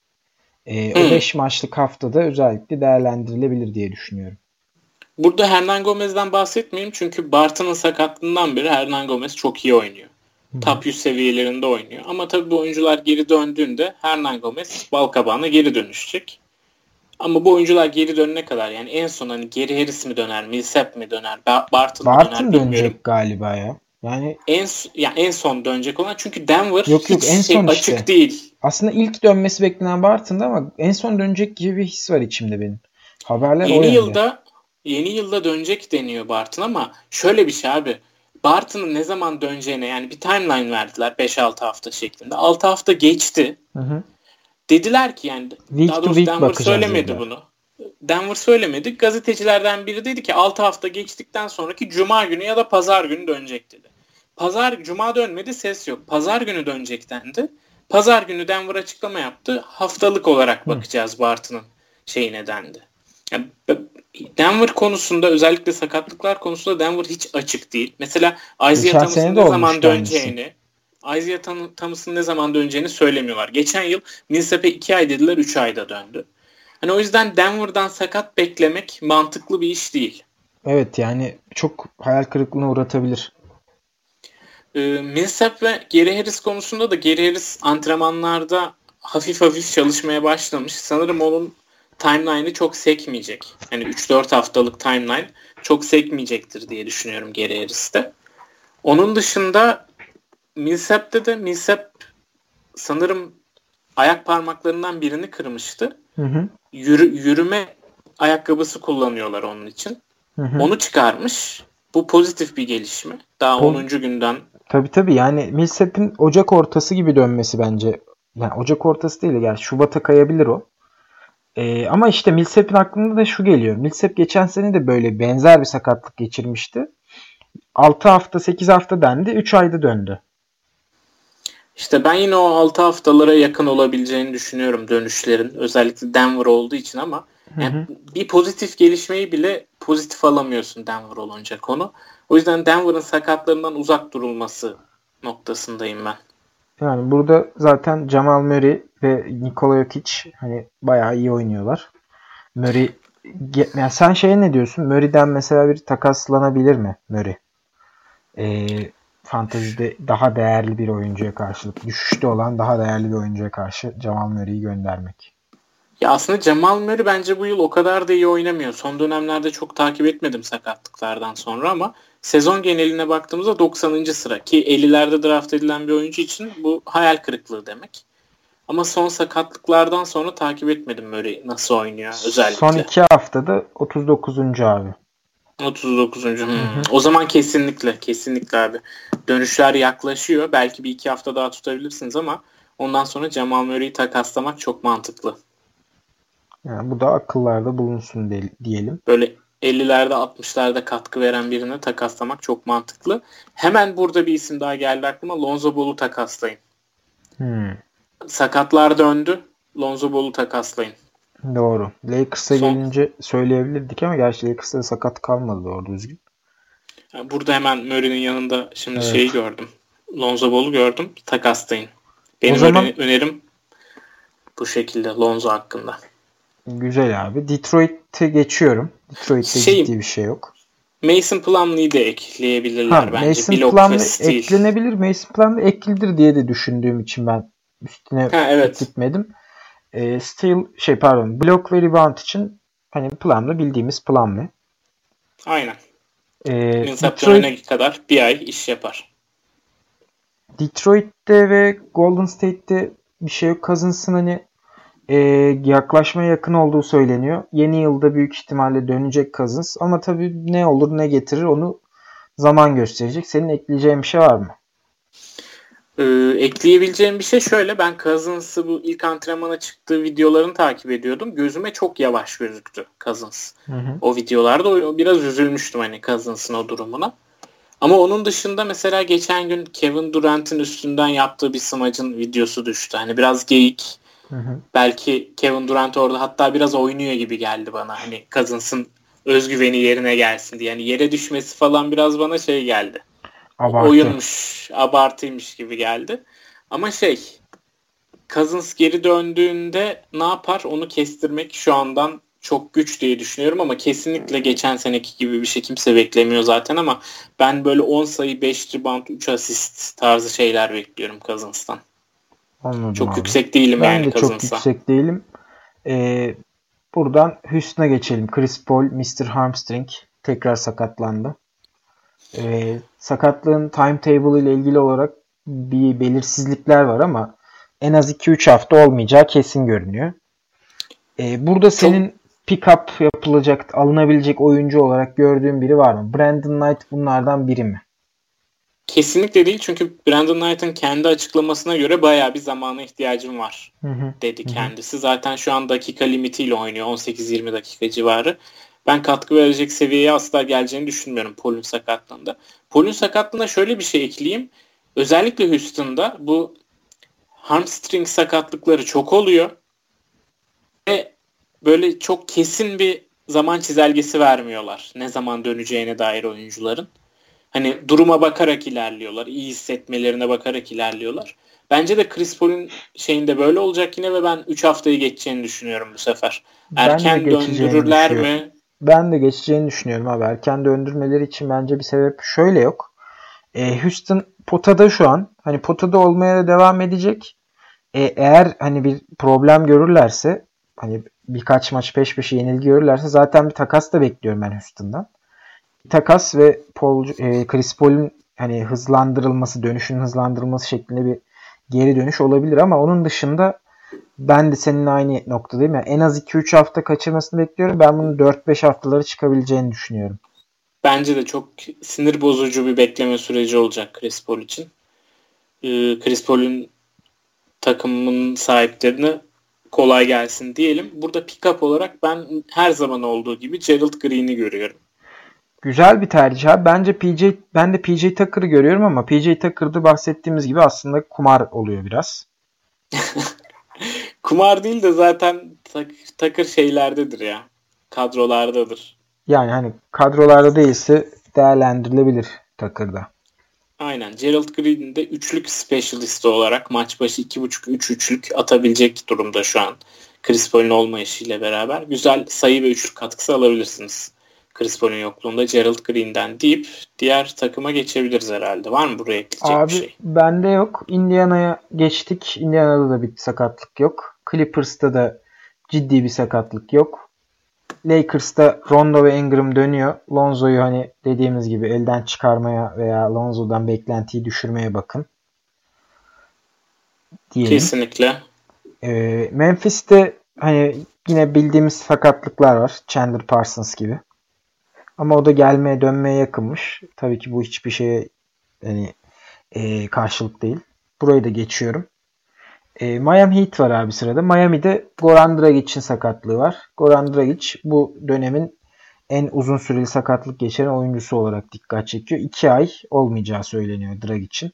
E, o beş maçlık haftada özellikle değerlendirilebilir diye düşünüyorum. Burada Hernan Gomez'den bahsetmeyeyim çünkü Barton'un sakatlığından beri Hernan Gomez çok iyi oynuyor. Hı. Top yüz seviyelerinde oynuyor. Ama tabii bu oyuncular geri döndüğünde Hernan Gomez balkabağına geri dönüşecek. Ama bu oyuncular geri dönene kadar yani en son hani Gary Harris mi döner, Millsap mi döner, Barton mı Barton döner bilmiyorum. dönecek galiba ya. Yani en yani en son dönecek olan çünkü Denver yok, yok, hiç en son şey, işte. açık değil. Aslında ilk dönmesi beklenen Barton'da ama en son dönecek gibi bir his var içimde benim. Haberler yeni o yönde. yılda yeni yılda dönecek deniyor Barton ama şöyle bir şey abi. Barton'ın ne zaman döneceğine yani bir timeline verdiler beş altı hafta şeklinde. altı hafta geçti. Hı hı. Dediler ki yani week daha doğrusu Denver söylemedi dediler. Bunu. Denver söylemedi. Gazetecilerden biri dedi ki altı hafta geçtikten sonraki cuma günü ya da pazar günü dönecek dedi. Pazar cuma dönmedi, ses yok. Pazar günü dönecek dendi. Pazar günü Denver açıklama yaptı. Haftalık olarak bakacağız Barton'ın şeyine dendi. Yani Denver konusunda özellikle sakatlıklar konusunda Denver hiç açık değil. Mesela Isaiah Thomas'ın ne zaman döneceğini Isaiah Thomas'ın ne zaman döneceğini söylemiyorlar. Geçen yıl Millsap'e iki ay dediler, üç ayda döndü. Hani o yüzden Denver'dan sakat beklemek mantıklı bir iş değil. Evet yani çok hayal kırıklığına uğratabilir. Ee, Millsap ve Gary Harris konusunda da Gary Harris antrenmanlarda hafif hafif çalışmaya başlamış. Sanırım onun timeline'ı çok sekmeyecek. Yani üç dört haftalık timeline çok sekmeyecektir diye düşünüyorum Gary Harris'te. Onun dışında Millsap'te de Millsap sanırım ayak parmaklarından birini kırmıştı. Hı hı. Yürü, yürüme ayakkabısı kullanıyorlar onun için. Hı hı. Onu çıkarmış. Bu pozitif bir gelişme. Daha o, onuncu günden. Tabii tabii yani Millsap'in Ocak ortası gibi dönmesi bence. Yani Ocak ortası değil yani Şubat'a kayabilir o. Ee, ama işte Millsap'in aklında da şu geliyor. Millsap geçen sene de böyle benzer bir sakatlık geçirmişti. altı hafta sekiz hafta dendi. üç ayda döndü. İşte ben yine o altı haftalara yakın olabileceğini düşünüyorum dönüşlerin. Özellikle Denver olduğu için ama yani hı hı. bir pozitif gelişmeyi bile pozitif alamıyorsun Denver olunca konu. O yüzden Denver'ın sakatlarından uzak durulması noktasındayım ben. Yani burada zaten Jamal Murray ve Nikola Jokic hani bayağı iyi oynuyorlar. Murray, yani sen şeye ne diyorsun? Murray'den mesela bir takaslanabilir mi Murray? Ee, Fantezide daha değerli bir oyuncuya karşılık, düşüşte olan daha değerli bir oyuncuya karşı Jamal Murray'i göndermek. Ya aslında Jamal Murray bence bu yıl o kadar da iyi oynamıyor. Son dönemlerde çok takip etmedim sakatlıklardan sonra ama sezon geneline baktığımızda doksanıncı sıra ki ellilerde draft edilen bir oyuncu için bu hayal kırıklığı demek. Ama son sakatlıklardan sonra takip etmedim Murray nasıl oynuyor Son özellikle. iki haftada otuz dokuzuncu abi. otuz dokuzuncu Hmm. Hı hı. O zaman kesinlikle kesinlikle abi. Dönüşler yaklaşıyor. Belki bir iki hafta daha tutabilirsiniz ama ondan sonra Jamal Murray'i takaslamak çok mantıklı. Yani bu da akıllarda bulunsun de, diyelim. Böyle ellilerde altmışlarda katkı veren birine takaslamak çok mantıklı. Hemen burada bir isim daha geldi aklıma. Lonzo Ball'u takaslayın. Hmm. Sakatlar döndü. Lonzo Ball'u takaslayın. Doğru. Lakers'a Son, gelince söyleyebilirdik ama gerçi Lakers'ta sakat kalmadı doğru düzgün. yani burada hemen Murray'nin yanında şimdi Evet. şeyi gördüm. Lonzo Ball'u gördüm. Takaslayın. Benim O zaman önerim bu şekilde Lonzo hakkında. güzel abi. Detroit'e geçiyorum. Detroit'te Şey, ciddi bir şey yok. Mason Plumlee'yi de ekleyebilirler Ha, bence. Mason Blok ve Plumlee steal. eklenebilir. Mason Plumlee eklidir diye de düşündüğüm için ben üstüne Ha, evet. gitmedim. E, steal şey pardon blok ve rebound için hani Plumlee bildiğimiz Plumlee. Aynen. E, Inception Detroit öne kadar bir ay iş yapar. Detroit'te ve Golden State'te bir şey yok. Cousins'ın hani e, yaklaşmaya yakın olduğu söyleniyor. Yeni yılda büyük ihtimalle dönecek Cousins. Ama tabii ne olur ne getirir onu zaman gösterecek. Senin ekleyeceğin bir şey var mı? Ee, ekleyebileceğim bir şey şöyle. Ben Cousins'ı bu ilk antrenmana çıktığı videolarını takip ediyordum. Gözüme çok yavaş gözüktü Cousins. Hı hı. O videolarda o, biraz üzülmüştüm hani Cousins'ın o durumuna. Ama onun dışında mesela geçen gün Kevin Durant'in üstünden yaptığı bir smacın videosu düştü. Hani biraz geyik. Hı hı. Belki Kevin Durant orada hatta biraz oynuyor gibi geldi bana. Hani Cousins'ın özgüveni yerine gelsin diye. Yani yere düşmesi falan biraz bana şey geldi. Abartı. Oyunmuş, abartıymış gibi geldi. Ama şey, Cousins geri döndüğünde ne yapar onu kestirmek şu andan çok güç diye düşünüyorum ama kesinlikle geçen seneki gibi bir şey kimse beklemiyor zaten ama ben böyle on sayı, beş rebound, üç asist tarzı şeyler bekliyorum Cousins'tan. Anladım Çok abi. yüksek değilim Ben yani de çok Cousins'a. yüksek değilim. Ee, buradan Houston'a geçelim. Chris Paul, mister Hamstring tekrar sakatlandı. Ee, sakatlığın timetable ile ilgili olarak bir belirsizlikler var ama en az iki üç hafta olmayacağı kesin görünüyor. Ee, burada Çok senin pick-up yapılacak, alınabilecek oyuncu olarak gördüğün biri var mı? Brandon Knight bunlardan biri mi? kesinlikle değil çünkü Brandon Knight'ın kendi açıklamasına göre bayağı bir zamana ihtiyacım var Hı hı. dedi Hı hı. kendisi. Zaten şu an dakika limitiyle oynuyor. on sekiz yirmi dakika civarı. Ben katkı verecek seviyeye asla geleceğini düşünmüyorum Paul'un sakatlığında. Paul'un sakatlığına şöyle bir şey ekleyeyim. Özellikle Houston'da bu hamstring sakatlıkları çok oluyor. Ve böyle çok kesin bir zaman çizelgesi vermiyorlar. Ne zaman döneceğine dair oyuncuların. Hani duruma bakarak ilerliyorlar. İyi hissetmelerine bakarak ilerliyorlar. Bence de Chris Paul'un şeyinde böyle olacak yine ve ben üç haftayı geçeceğini düşünüyorum bu sefer. Ben de Erken geçeceğini döndürürler düşünüyorum. mi? Ben de geçeceğini düşünüyorum abi. Erken döndürmeleri için bence bir sebep şöyle yok. E, Houston potada şu an. Hani potada olmaya da devam edecek. E, eğer hani bir problem görürlerse hani birkaç maç peş peşe yenilgi görürlerse zaten bir takas da bekliyorum ben Houston'dan. Takas ve Paul, e, Chris Paul'un hani hızlandırılması, dönüşün hızlandırılması şeklinde bir geri dönüş olabilir ama onun dışında ben de seninle aynı noktadayım. Yani en az iki üç hafta kaçırmasını bekliyorum. Ben bunun dört beş haftaları çıkabileceğini düşünüyorum. Bence de çok sinir bozucu bir bekleme süreci olacak Chris Paul için. Ee, Chris Paul'un takımın sahiplerine kolay gelsin diyelim. Burada pick-up olarak ben her zaman olduğu gibi Gerald Green'i görüyorum. Güzel bir tercih abi. Bence P J ben de P J Tucker'ı görüyorum ama P J Tucker'da bahsettiğimiz gibi aslında kumar oluyor biraz. Kumar değil de zaten tak, takır şeylerdedir ya. Kadrolardadır. Yani hani kadrolarda değilse değerlendirilebilir Tucker'da. Aynen. Gerald Green de üçlük specialisti olarak maç başı iki buçuk üç üçlük atabilecek durumda şu an. Chris Paul'un olmayışıyla beraber. Güzel sayı ve üçlük katkısı alabilirsiniz. Chris Paul'un yokluğunda Gerald Green'den deyip diğer takıma geçebiliriz herhalde. Var mı buraya ekleyecek Abi, bir şey? bende yok. Indiana'ya geçtik. Indiana'da da bir sakatlık yok. Clippers'ta da ciddi bir sakatlık yok. Lakers'ta Rondo ve Ingram dönüyor. Lonzo'yu hani dediğimiz gibi elden çıkarmaya veya Lonzo'dan beklentiyi düşürmeye bakın diyelim. Kesinlikle. Ee, Memphis'te hani yine bildiğimiz sakatlıklar var. Chandler Parsons gibi. Ama o da gelmeye dönmeye yakınmış. Tabii ki bu hiçbir şeye yani, e, karşılık değil. Burayı da geçiyorum. E, Miami Heat var abi sırada. Miami'de Goran Dragic'in sakatlığı var. Goran Dragic bu dönemin en uzun süreli sakatlık geçiren oyuncusu olarak dikkat çekiyor. iki ay olmayacağı söyleniyor Dragic'in.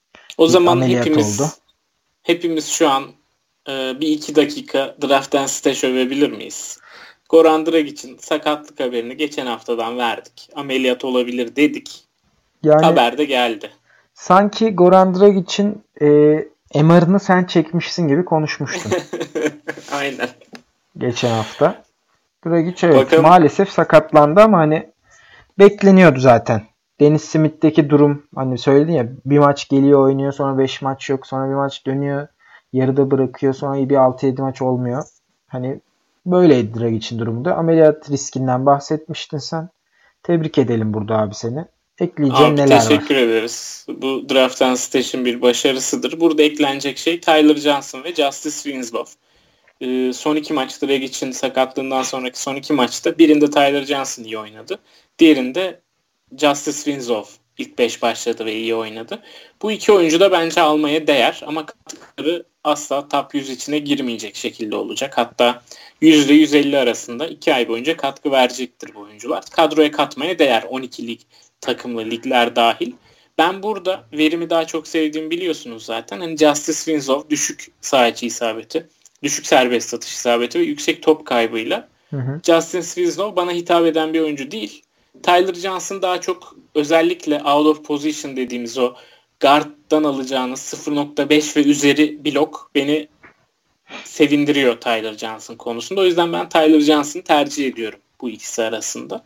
O Bir zaman ameliyat hepimiz oldu. hepimiz şu an e, bir iki dakika draft'ten stage övebilir miyiz? Goran Dragic'in sakatlık haberini geçen haftadan verdik. Ameliyat olabilir dedik. Yani Haber de geldi. sanki Goran Dragic'in e, M R'ını sen çekmişsin gibi konuşmuştun. Aynen. Geçen hafta. Dragic evet Bakalım. maalesef sakatlandı ama hani bekleniyordu zaten. Dennis Smith'teki durum hani söyledin ya bir maç geliyor oynuyor sonra beş maç yok sonra bir maç dönüyor yarıda bırakıyor sonra bir altı yedi maç olmuyor. Hani böyleydi Dragic'in durumu da. Ameliyat riskinden bahsetmiştin sen. Tebrik edelim burada abi seni. Ekleyeceğin Abi neler teşekkür var? ederiz. Bu draft'tan stage'in bir başarısıdır. Burada eklenecek şey Tyler Johnson ve Justice Winslow. Ee, son iki maçta Dragic'in sakatlığından sonraki son iki maçta birinde Tyler Johnson iyi oynadı. Diğerinde Justice Winslow ilk beş başladı ve iyi oynadı. Bu iki oyuncu da bence almaya değer ama katkıları asla top yüz içine girmeyecek şekilde olacak. Hatta yüzde yüz elli arasında iki ay boyunca katkı verecektir bu oyuncular. Kadroya katmaya değer on iki lig takımlı ligler dahil. Ben burada verimi daha çok sevdiğimi biliyorsunuz zaten. Hani Justice Winslow düşük saha içi isabeti, düşük serbest atış isabeti ve yüksek top kaybıyla Hı hı. Justice Winslow bana hitap eden bir oyuncu değil. Tyler Johnson daha çok özellikle out of position dediğimiz o guard'dan alacağınız sıfır nokta beş ve üzeri blok beni sevindiriyor Tyler Johnson konusunda. O yüzden ben Tyler Johnson'ı tercih ediyorum bu ikisi arasında.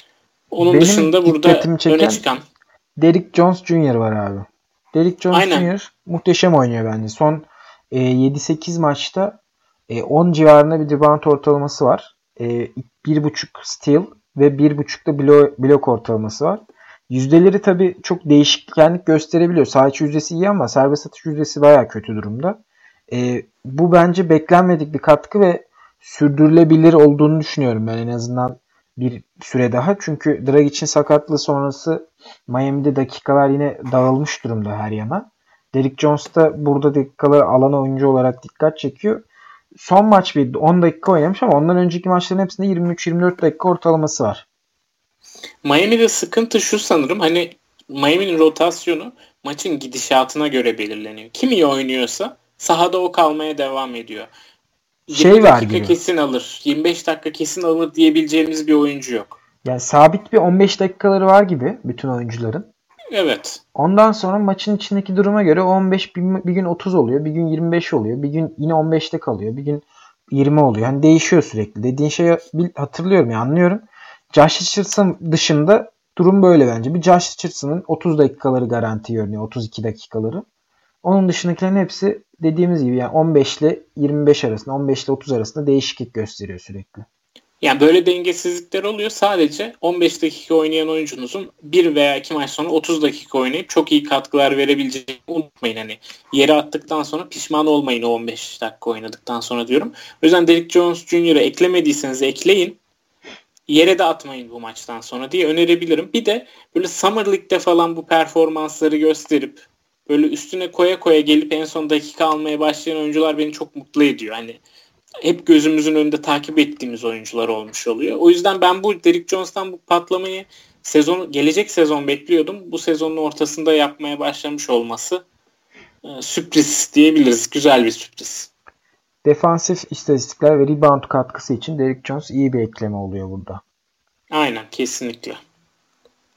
Onun Benim dışında burada dikkatimi öne çeken çıkan Derrick Jones Junior var abi. Derrick Jones aynen Junior muhteşem oynuyor bence. Son e, yedi sekiz maçta e, on civarında bir rebound ortalaması var. E, bir buçuk steal ve bir buçuk da blok, blok ortalaması var. Yüzdeleri tabii çok değişkenlik gösterebiliyor. Sağ içi yüzdesi iyi ama serbest atış yüzdesi bayağı kötü durumda. E, bu bence beklenmedik bir katkı ve sürdürülebilir olduğunu düşünüyorum ben en azından bir süre daha. Çünkü Dragic'in sakatlığı sonrası Miami'de dakikalar yine dağılmış durumda her yana. Derrick Jones da burada dakikaları alan oyuncu olarak dikkat çekiyor. Son maç bir on dakika oynamış ama ondan önceki maçların hepsinde yirmi üç yirmi dört dakika ortalaması var. Miami'de sıkıntı şu sanırım hani Miami'nin rotasyonu maçın gidişatına göre belirleniyor. Kim iyi oynuyorsa sahada o kalmaya devam ediyor. Şey yirmi var dakika gibi. kesin alır, yirmi beş dakika kesin alır diyebileceğimiz bir oyuncu yok. Yani sabit bir on beş dakikaları var gibi bütün oyuncuların. Evet. Ondan sonra maçın içindeki duruma göre on beş bir, bir gün otuz oluyor, bir gün yirmi beş oluyor, bir gün yine on beşte kalıyor, bir gün yirmi oluyor. Hani değişiyor sürekli. Dediğin şeyi hatırlıyorum ya anlıyorum. Josh Richardson dışında durum böyle bence. Bir Josh Richardson'ın otuz dakikaları garanti görünüyor. otuz iki dakikaları. Onun dışındakilerin hepsi dediğimiz gibi yani on beş ile yirmi beş arasında, on beş ile otuz arasında değişiklik gösteriyor sürekli. Yani böyle dengesizlikler oluyor. Sadece on beş dakika oynayan oyuncunuzun bir veya iki maç sonra otuz dakika oynayıp çok iyi katkılar verebileceğini unutmayın. Hani yere attıktan sonra pişman olmayın o on beş dakika oynadıktan sonra diyorum. O yüzden Derrick Jones Junior'ı eklemediyseniz ekleyin. Yere de atmayın bu maçtan sonra diye önerebilirim. Bir de böyle Summer League'de falan bu performansları gösterip böyle üstüne koya koya gelip en son dakika almaya başlayan oyuncular beni çok mutlu ediyor. Hani hep gözümüzün önünde takip ettiğimiz oyuncular olmuş oluyor. O yüzden ben bu Derrick Jones'tan bu patlamayı sezon gelecek sezon bekliyordum. Bu sezonun ortasında yapmaya başlamış olması e, sürpriz diyebiliriz. Güzel bir sürpriz. Defansif istatistikler ve rebound katkısı için Derrick Jones iyi bir ekleme oluyor burada. Aynen kesinlikle.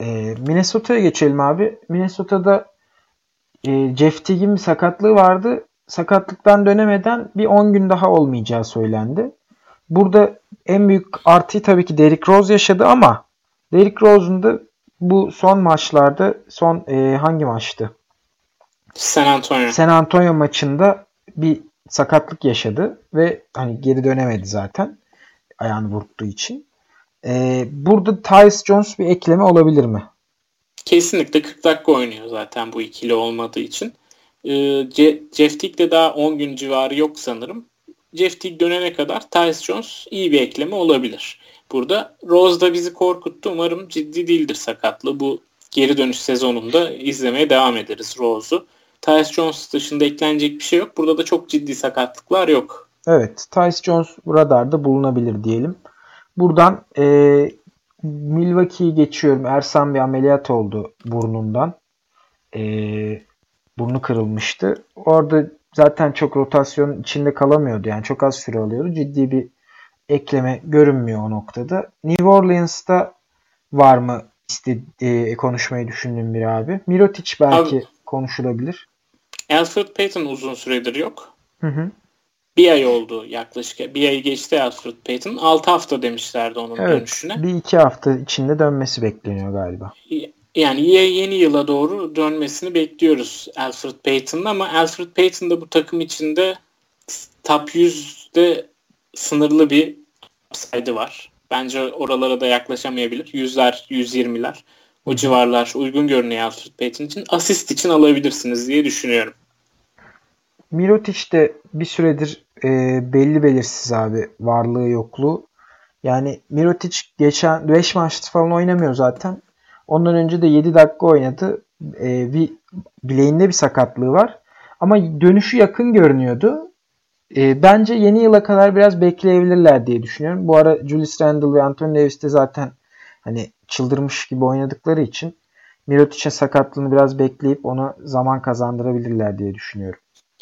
E, Minnesota'ya geçelim abi. Minnesota'da e, Jeff Teague'in bir sakatlığı vardı. Sakatlıktan dönemeden bir on gün daha olmayacağı söylendi. Burada en büyük artıyı tabii ki Derrick Rose yaşadı ama Derrick Rose'un da bu son maçlarda son e, hangi maçtı? San Antonio. San Antonio maçında bir sakatlık yaşadı ve hani geri dönemedi zaten ayağını burktuğu için. E, burada Tyus Jones bir ekleme olabilir mi? Kesinlikle kırk dakika oynuyor zaten bu ikili olmadığı için. Ee, Je- Jeff Teague'de daha on gün civarı yok sanırım. Jeff Teague dönene kadar Tyus Jones iyi bir ekleme olabilir. Burada Rose da bizi korkuttu. Umarım ciddi değildir sakatlığı. Bu geri dönüş sezonunda izlemeye devam ederiz Rose'u. Tyus Jones dışında eklenecek bir şey yok. Burada da çok ciddi sakatlıklar yok. Evet, Tyus Jones radarda bulunabilir diyelim. Buradan e, Milwaukee'yi geçiyorum. Ersan bir ameliyat oldu burnundan. E, burnu kırılmıştı. Orada zaten çok rotasyon içinde kalamıyordu. Yani çok az süre alıyordu. Ciddi bir ekleme görünmüyor o noktada. New Orleans'ta var mı istedi, e, konuşmayı düşündüğüm bir abi? Mirotic belki Abi, konuşulabilir. Alfred Payton uzun süredir yok. Hı hı. Bir ay oldu yaklaşık. Bir ayı geçti Alfred Payton. altı hafta demişlerdi onun Evet. dönüşüne. Bir iki hafta içinde dönmesi bekleniyor galiba. Yani yeni yıla doğru dönmesini bekliyoruz Alfred Payton'ın ama Alfred Payton da bu takım içinde top yüzde sınırlı bir upside'ı var. Bence oralara da yaklaşamayabilir. Yüzler, yüz yirmiler. O civarlar uygun görünüyor Alfred Payton için. Asist için alabilirsiniz diye düşünüyorum. Mirotic de bir süredir e, belli belirsiz abi varlığı yokluğu. Yani Mirotic geçen beş maçtır falan oynamıyor zaten. Ondan önce de yedi dakika oynadı. E, bir bileğinde bir sakatlığı var. Ama dönüşü yakın görünüyordu. E, bence yeni yıla kadar biraz bekleyebilirler diye düşünüyorum. Bu ara Julius Randle ve Anthony Davis de zaten hani çıldırmış gibi oynadıkları için Mirotic'in sakatlığını biraz bekleyip ona zaman kazandırabilirler diye düşünüyorum.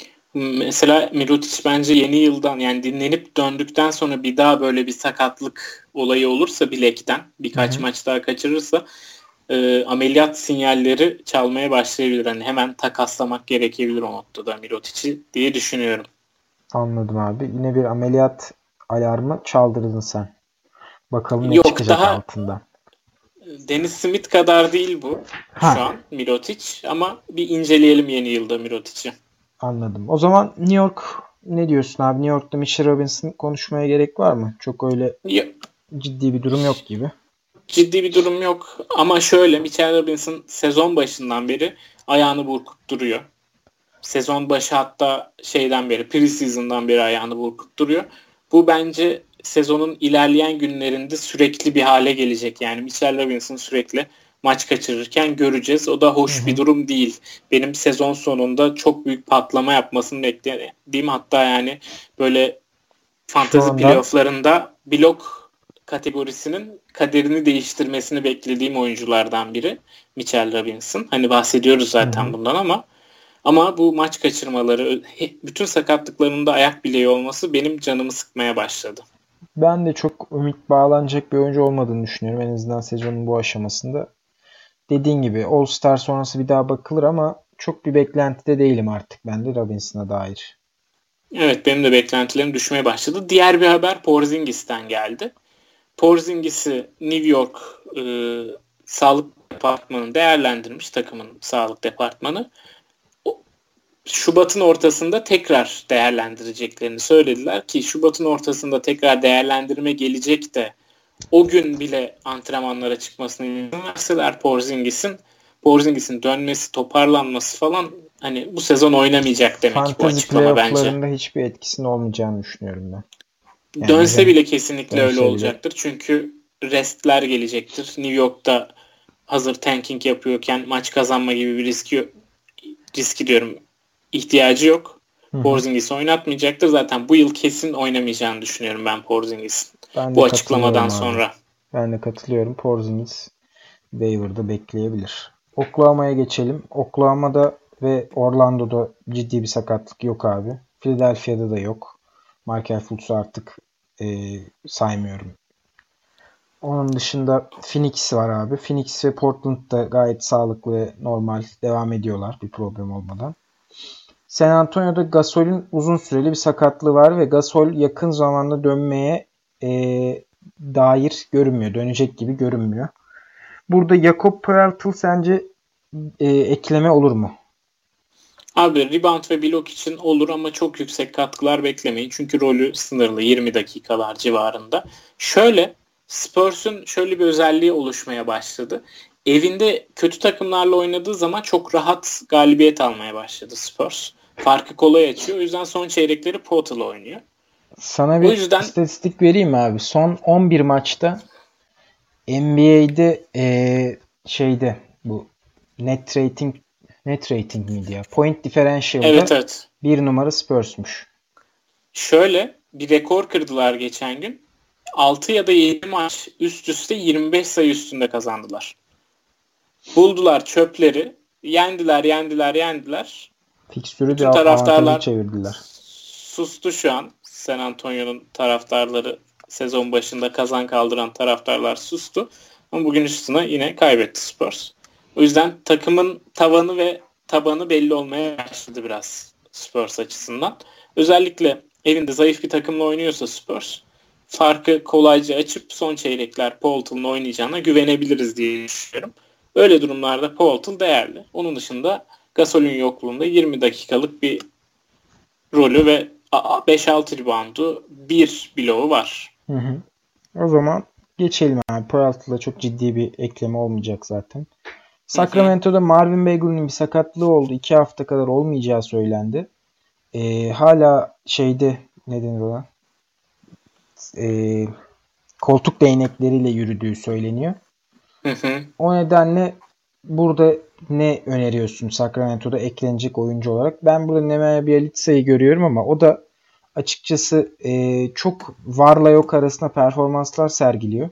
Mesela Mirotic bence yeni yıldan yani dinlenip döndükten sonra bir daha böyle bir sakatlık olayı olursa bilekten birkaç Hı hı. maç daha kaçırırsa e, ameliyat sinyalleri çalmaya başlayabilir. Hani hemen takaslamak gerekebilir o noktada Mirotic'i diye düşünüyorum. Anladım abi. Yine bir ameliyat alarmı çaldırdın sen. Bakalım ne Yok çıkacak daha altından. Dennis Smith kadar değil bu şu Ha, an Mirotic ama bir inceleyelim yeni yılda Mirotic'i. anladım. O zaman New York ne diyorsun abi? New York'ta Mitchell Robinson konuşmaya gerek var mı? Çok öyle ciddi bir durum yok gibi. Ciddi bir durum yok ama şöyle Mitchell Robinson sezon başından beri ayağını burkup duruyor. Sezon başı hatta şeyden beri pre-season'dan beri ayağını burkup duruyor. Bu bence sezonun ilerleyen günlerinde sürekli bir hale gelecek. Yani Mitchell Robinson sürekli maç kaçırırken göreceğiz. O da Hı hoş bir hı. durum değil. Benim sezon sonunda çok büyük patlama yapmasını beklediğim hatta yani böyle Şu fantasy anda playofflarında blok kategorisinin kaderini değiştirmesini beklediğim oyunculardan biri Mitchell Robinson. Hani bahsediyoruz hı zaten hı. bundan ama ama bu maç kaçırmaları, bütün sakatlıklarında ayak bileği olması benim canımı sıkmaya başladı. Ben de çok ümit bağlanacak bir oyuncu olmadığını düşünüyorum. En azından sezonun bu aşamasında. Dediğin gibi All-Star sonrası bir daha bakılır ama çok bir beklentide değilim artık ben de Robinson'a dair. Evet benim de beklentilerim düşmeye başladı. Diğer bir haber Porzingis'ten geldi. Porzingis'i New York e, Sağlık Departmanı değerlendirmiş takımın sağlık departmanı. Şubat'ın ortasında tekrar değerlendireceklerini söylediler ki Şubat'ın ortasında tekrar değerlendirme gelecek de o gün bile antrenmanlara çıkmasına izin verseler Porzingis'in Porzingis'in dönmesi, toparlanması falan hani bu sezon oynamayacak demek bu Fantasy açıklama bence. playoff'larında hiçbir etkisinin olmayacağını düşünüyorum ben. Yani Dönse özellikle bile kesinlikle öyle dönse bile. olacaktır. Çünkü restler gelecektir. New York'ta hazır tanking yapıyorken maç kazanma gibi bir riski riski diyorum ihtiyacı yok. Hı hı. Porzingis'i oynatmayacaktır. Zaten bu yıl kesin oynamayacağını düşünüyorum ben Porzingis'in. Ben Bu de açıklamadan katılıyorum abi. sonra. Ben de katılıyorum. Porzingis waiver'da bekleyebilir. Oklahoma'ya geçelim. Oklahoma'da ve Orlando'da ciddi bir sakatlık yok abi. Philadelphia'da da yok. Markel Fultz'u artık e, saymıyorum. Onun dışında Phoenix var abi. Phoenix ve Portland da gayet sağlıklı ve normal devam ediyorlar bir problem olmadan. San Antonio'da Gasol'ün uzun süreli bir sakatlığı var ve Gasol yakın zamanda dönmeye e, dair görünmüyor. Dönecek gibi görünmüyor. Burada Jakob Poeltl sence e, ekleme olur mu? Abi rebound ve blok için olur ama çok yüksek katkılar beklemeyin. Çünkü rolü sınırlı yirmi dakikalar civarında. Şöyle Spurs'un şöyle bir özelliği oluşmaya başladı. Evinde kötü takımlarla oynadığı zaman çok rahat galibiyet almaya başladı Spurs. Farkı kolay açıyor. O yüzden son çeyrekleri Poeltl oynuyor. Sana bir o yüzden istatistik vereyim mi abi? Son on bir maçta N B A'de e, şeyde bu net rating net rating miydi ya? Point differential'da evet, evet. bir numara Spurs'muş. Şöyle bir rekor kırdılar geçen gün. altı ya da yedi maç üst üste yirmi beş sayı üstünde kazandılar. Buldular çöpleri. Yendiler, yendiler, yendiler. Fikstürü de taraftarlar çevirdiler. Sustu şu an. San Antonio'nun taraftarları sezon başında kazan kaldıran taraftarlar sustu. Ama bugün üstüne yine kaybetti Spurs. O yüzden takımın tavanı ve tabanı belli olmaya başladı biraz Spurs açısından. Özellikle evinde zayıf bir takımla oynuyorsa Spurs farkı kolayca açıp son çeyrekler Poeltl'ın oynayacağına güvenebiliriz diye düşünüyorum. Öyle durumlarda Poeltl değerli. Onun dışında Gasol'ün yokluğunda yirmi dakikalık bir rolü ve beş altı reboundu, bir bloğu var. Hı hı. O zaman geçelim abi. Poeltl'da çok ciddi bir ekleme olmayacak zaten. Sacramento'da Marvin Bagley'nin bir sakatlığı oldu. iki hafta kadar olmayacağı söylendi. Ee, hala şeyde ne denir ona? Ee, koltuk değnekleriyle yürüdüğü söyleniyor. Hı hı. O nedenle burada ne öneriyorsun Sacramento'da eklenecek oyuncu olarak? Ben burada Nemanja Bjelitza'yı görüyorum ama o da açıkçası e, çok varla yok arasında performanslar sergiliyor.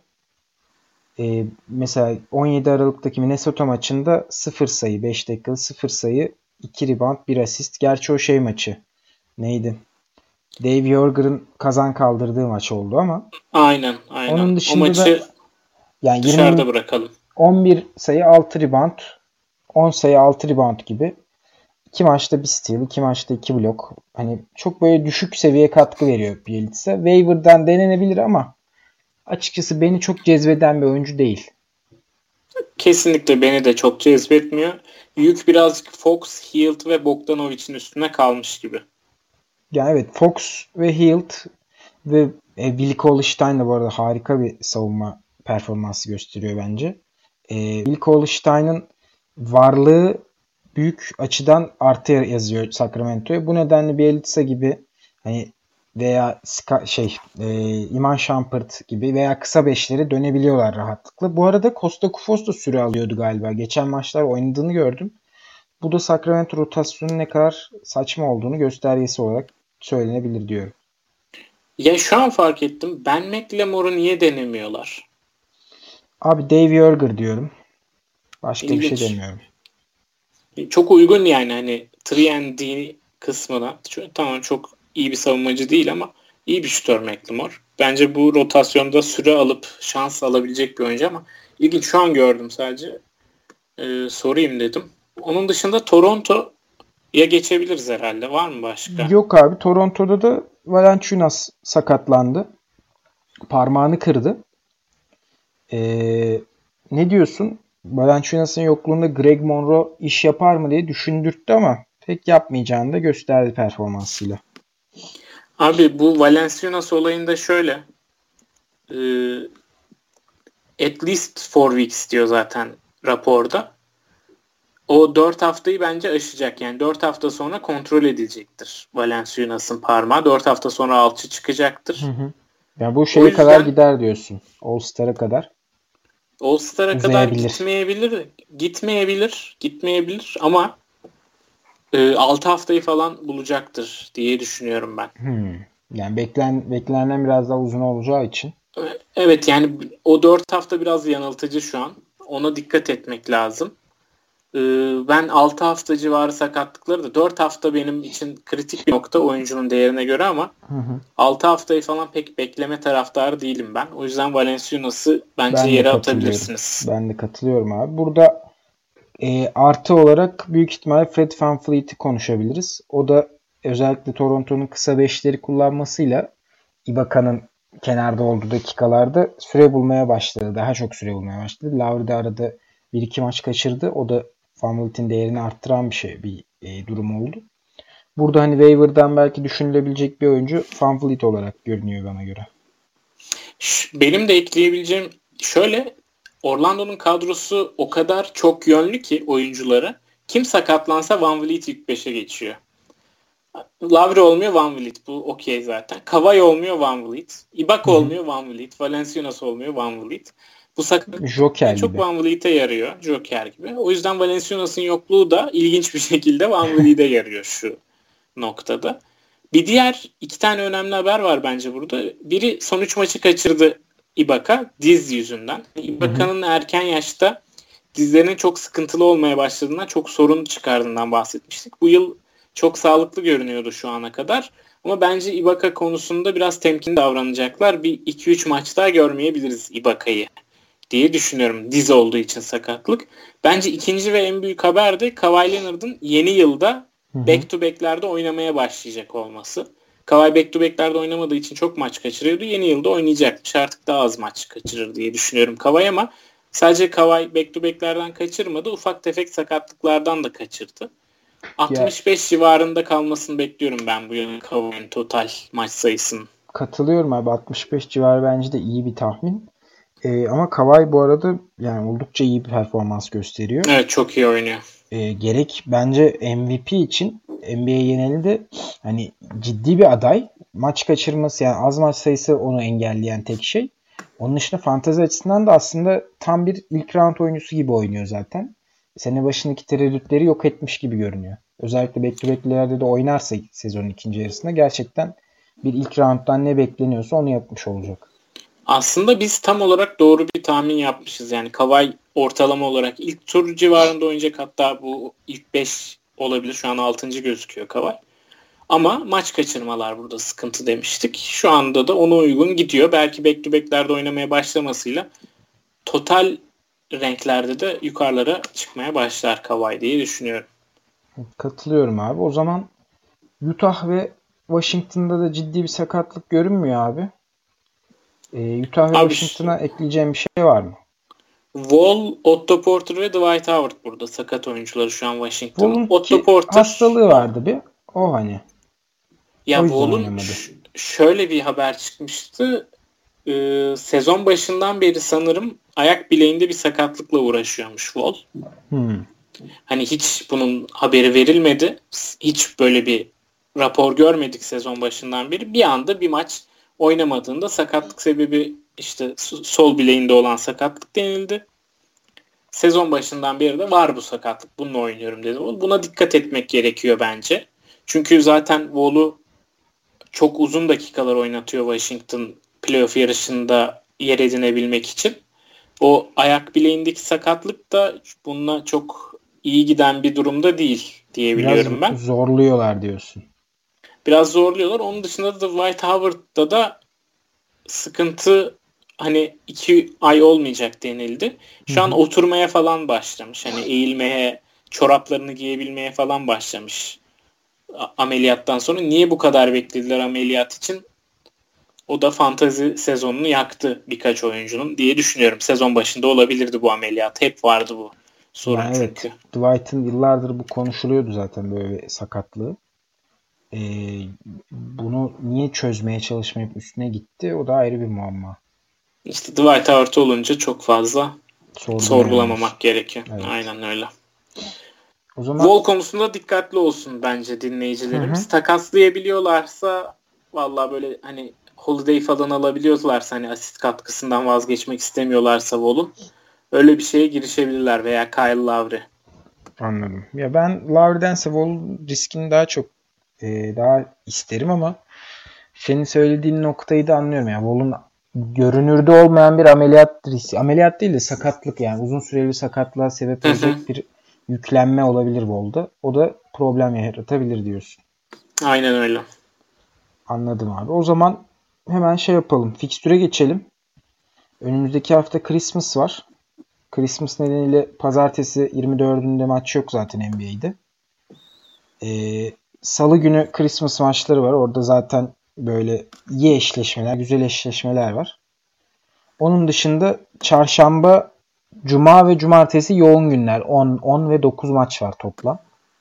E, mesela on yedi Aralık'taki Minnesota maçında sıfır sayı, beş dakikalı sıfır sayı, iki rebound, bir asist. Gerçi o şey maçı. Neydi? Dave Yorger'ın kazan kaldırdığı maç oldu ama. Aynen, aynen. Onun dışında o maçı da yani dışarıda yirmi, bırakalım. on bir sayı altı rebound, on sayı altı rebound gibi. İki maçta bir steal, iki maçta iki blok. Hani çok böyle düşük seviye katkı veriyor Bielitsa. Waiver'dan denenebilir ama açıkçası beni çok cezbeden bir oyuncu değil. Kesinlikle beni de çok cezbetmiyor. Yük birazcık Fox, Hield ve Bogdanovic'in üstüne kalmış gibi. Yani evet, Fox ve Hield ve e, Willi Cauley-Stein de bu arada harika bir savunma performansı gösteriyor bence. E, Willi Cauley-Stein'ın varlığı büyük açıdan artı yazıyor Sacramento'ya. Bu nedenle Bielitsa gibi hani veya Ska, şey e, Iman Shumpert gibi veya kısa beşleri dönebiliyorlar rahatlıkla. Bu arada Costa Kufos da süre alıyordu galiba. Geçen maçlar oynadığını gördüm. Bu da Sacramento rotasyonunun ne kadar saçma olduğunu göstergesi olarak söylenebilir diyorum. Ya şu an fark ettim. Ben McLemore'u niye denemiyorlar? Abi Dave Yorger diyorum. Başka İlginç. bir şey demiyorum. Çok uygun yani hani üç and D kısmına. Tamam çok iyi bir savunmacı değil ama iyi bir şütör McLemore. Bence bu rotasyonda süre alıp şans alabilecek bir oyuncu ama ilginç şu an gördüm sadece. Ee, sorayım dedim. Onun dışında Toronto'ya geçebiliriz herhalde. Var mı başka? Yok abi. Toronto'da da Valanciunas sakatlandı. Parmağını kırdı. Ee, ne diyorsun? Valanciunas'ın yokluğunda Greg Monroe iş yapar mı diye düşündürttü ama pek yapmayacağını da gösterdi performansıyla. Abi bu Valanciunas olayında şöyle e, at least four weeks diyor zaten raporda. O dört haftayı bence aşacak. Yani dört hafta sonra kontrol edilecektir Valanciunas'ın parmağı. dört hafta sonra alçı çıkacaktır. Hı hı. Ya bu şeye yüzden, kadar gider diyorsun. All-Star'a kadar. All-Star'a kadar gitmeyebilir. Gitmeyebilir. Gitmeyebilir ama e, altı haftayı falan bulacaktır diye düşünüyorum ben. Hmm. Yani beklen beklenenden biraz daha uzun olacağı için. Evet yani o dört hafta biraz yanıltıcı şu an. Ona dikkat etmek lazım. Ee, ben altı hafta civarı sakatlıkları da dört hafta benim için kritik bir nokta oyuncunun değerine göre ama Hı hı. altı haftayı falan pek bekleme taraftarı değilim ben. O yüzden Valenciunas'ı bence Ben de yere katılıyorum. atabilirsiniz. Ben de katılıyorum abi. Burada e, artı olarak büyük ihtimalle Fred VanVleet'i konuşabiliriz. O da özellikle Toronto'nun kısa beşleri kullanmasıyla Ibaka'nın kenarda olduğu dakikalarda süre bulmaya başladı. Daha çok süre bulmaya başladı. Lowry de arada bir iki maç kaçırdı. O da VanVleet'in değerini arttıran bir şey, bir e, durum oldu. Burada hani waiver'dan belki düşünülebilecek bir oyuncu VanVleet olarak görünüyor bana göre. Benim de ekleyebileceğim şöyle, Orlando'nun kadrosu o kadar çok yönlü ki oyuncuları. Kim sakatlansa VanVleet ilk beşe geçiyor. Lowry olmuyor, VanVleet. Bu okey zaten. Kawhi olmuyor, VanVleet. Ibaka olmuyor, VanVleet. Valenciunas olmuyor, VanVleet. Bu sakatlık Joker çok gibi. VanVleet'e yarıyor. Joker gibi. O yüzden Valenciunas'ın yokluğu da ilginç bir şekilde VanVleet'e yarıyor şu noktada. Bir diğer iki tane önemli haber var bence burada. Biri son üç maçı kaçırdı Ibaka diz yüzünden. Ibaka'nın erken yaşta dizlerinin çok sıkıntılı olmaya başladığından, çok sorun çıkardığından bahsetmiştik. Bu yıl çok sağlıklı görünüyordu şu ana kadar. Ama bence Ibaka konusunda biraz temkinli davranacaklar. Bir iki üç maç daha görmeyebiliriz Ibaka'yı diye düşünüyorum. Diz olduğu için sakatlık. Bence ikinci ve en büyük haber de Kawhi Leonard'ın yeni yılda back to back'lerde oynamaya başlayacak olması. Kawhi back to back'lerde oynamadığı için çok maç kaçırıyordu. Yeni yılda oynayacakmış. Artık daha az maç kaçırır diye düşünüyorum Kawhi ama sadece Kawhi back to back'lerden kaçırmadı. Ufak tefek sakatlıklardan da kaçırdı. altmış beş ya, civarında kalmasını bekliyorum ben bu yıl Kawhi'nin total maç sayısının. Katılıyorum abi. altmış beş civarı bence de iyi bir tahmin. Ee, ama Kawhi bu arada yani oldukça iyi bir performans gösteriyor. Evet, çok iyi oynuyor. Ee, gerek bence M V P için N B A genelinde hani ciddi bir aday. Maç kaçırması yani az maç sayısı onu engelleyen tek şey. Onun dışında fantezi açısından da aslında tam bir ilk round oyuncusu gibi oynuyor zaten. Sene başındaki tereddütleri yok etmiş gibi görünüyor. Özellikle back to back'lerde de oynarsa sezonun ikinci yarısında gerçekten bir ilk round'dan ne bekleniyorsa onu yapmış olacak. Aslında biz tam olarak doğru bir tahmin yapmışız. Yani Kawhi ortalama olarak ilk tur civarında oynayacak, hatta bu ilk beş olabilir. Şu an altıncı gözüküyor Kawhi. Ama maç kaçırmalar burada sıkıntı demiştik. Şu anda da ona uygun gidiyor. Belki back to back'lerde oynamaya başlamasıyla total renklerde de yukarılara çıkmaya başlar Kawhi diye düşünüyorum. Katılıyorum abi. O zaman Utah ve Washington'da da ciddi bir sakatlık görünmüyor abi. Ee, Utah ve Abi, Washington'a ekleyeceğim bir şey var mı? Wall, Otto Porter ve Dwight Howard burada sakat oyuncuları şu an Washington'ın. Wall'un Otto Porter hastalığı vardı bir. O hani. ya O yüzden Wall'un oynamadı. ş- şöyle bir haber çıkmıştı. Ee, sezon başından beri sanırım ayak bileğinde bir sakatlıkla uğraşıyormuş Wall. Hmm. Hani hiç bunun haberi verilmedi. Hiç böyle bir rapor görmedik sezon başından beri. Bir anda bir maç oynamadığında sakatlık sebebi işte sol bileğinde olan sakatlık denildi. Sezon başından beri de var bu sakatlık. Bununla oynuyorum dedi. Buna dikkat etmek gerekiyor bence. Çünkü zaten Wall'u çok uzun dakikalar oynatıyor Washington playoff yarışında yer edinebilmek için. O ayak bileğindeki sakatlık da bununla çok iyi giden bir durumda değil diyebiliyorum Biraz ben. zorluyorlar diyorsun. Biraz zorluyorlar. Onun dışında da Dwight Howard'da da sıkıntı hani iki ay olmayacak denildi. Şu Hı-hı. an oturmaya falan başlamış. Hani eğilmeye, çoraplarını giyebilmeye falan başlamış ameliyattan sonra. Niye bu kadar beklediler ameliyat için? O da fantazi sezonunu yaktı birkaç oyuncunun diye düşünüyorum. Sezon başında olabilirdi bu ameliyat. Hep vardı bu sorun yani çünkü. Evet. Dwight'ın yıllardır bu konuşuluyordu zaten böyle bir sakatlığı. Ee, bunu niye çözmeye çalışmayıp üstüne gitti? O da ayrı bir muamma. İşte Dwight Howard olunca çok fazla sorgulamamak gerekiyor. Evet. Aynen öyle. O zaman Wall konusunda dikkatli olsun bence dinleyicilerimiz. Hı hı. Takaslayabiliyorlarsa vallahi böyle hani Holiday falan alabiliyorlarsa hani asist katkısından vazgeçmek istemiyorlarsa Wall'un öyle bir şeye girişebilirler veya Kyle Lowry. Anladım. Ya ben Lowry'dense Wall riskini daha çok e, daha isterim ama senin söylediğin noktayı da anlıyorum. Yani Wall'un görünürde olmayan bir ameliyat riski. Ameliyat değil de sakatlık yani uzun süreli bir sakatlığa sebep olacak bir yüklenme olabilir Wall'da. O da problem yaratabilir diyorsun. Aynen öyle. Anladım abi. O zaman hemen şey yapalım. Fikstüre geçelim. Önümüzdeki hafta Christmas var. Christmas nedeniyle pazartesi yirmi dördünde maç yok zaten N B A'de. Ee, Salı günü Christmas maçları var. Orada zaten böyle iyi eşleşmeler, güzel eşleşmeler var. Onun dışında çarşamba, cuma ve cumartesi yoğun günler. on, on ve dokuz maç var toplam.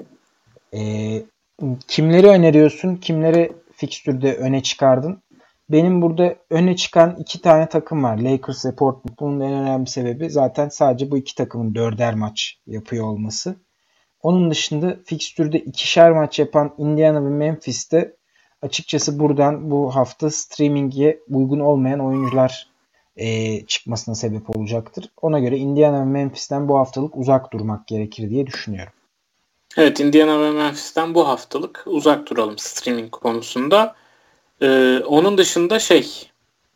Ee, kimleri öneriyorsun? Kimleri fikstürde öne çıkardın? Benim burada öne çıkan iki tane takım var. Lakers ve Portland. Bunun en önemli sebebi zaten sadece bu iki takımın dörder maç yapıyor olması. Onun dışında fikstürde ikişer maç yapan Indiana ve Memphis'te açıkçası buradan bu hafta streaming'e uygun olmayan oyuncular e, çıkmasına sebep olacaktır. Ona göre Indiana ve Memphis'ten bu haftalık uzak durmak gerekir diye düşünüyorum. Evet, Indiana ve Memphis'ten bu haftalık uzak duralım streaming konusunda. Ee, onun dışında şey,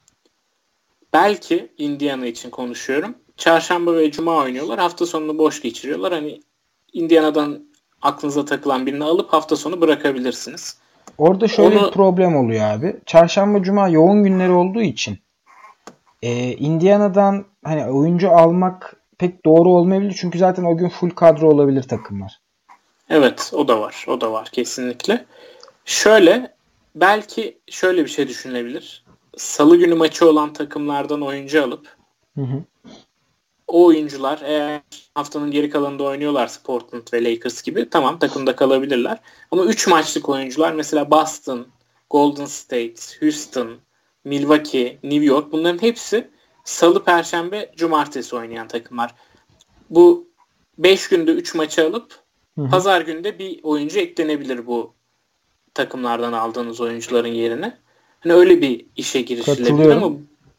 belki Indiana için konuşuyorum. Çarşamba ve cuma oynuyorlar. Hafta sonunu boş geçiriyorlar. Hani Indiana'dan aklınıza takılan birini alıp hafta sonu bırakabilirsiniz. Orada şöyle Onu... bir problem oluyor abi. Çarşamba cuma yoğun günleri olduğu için e, Indiana'dan hani oyuncu almak pek doğru olmayabilir. Çünkü zaten o gün full kadro olabilir takımlar. Evet, o da var. O da var kesinlikle. Şöyle, belki şöyle bir şey düşünülebilir. Salı günü maçı olan takımlardan oyuncu alıp Hı hı. o oyuncular eğer haftanın geri kalanında oynuyorlarsa Portland ve Lakers gibi tamam takımda kalabilirler. Ama üç maçlık oyuncular mesela Boston, Golden State, Houston, Milwaukee, New York, bunların hepsi salı, perşembe, cumartesi oynayan takımlar. Bu beş günde üç maçı alıp hı hı. Pazar günde bir oyuncu eklenebilir bu takımlardan aldığınız oyuncuların yerine. Hani öyle bir işe girişilebilir ama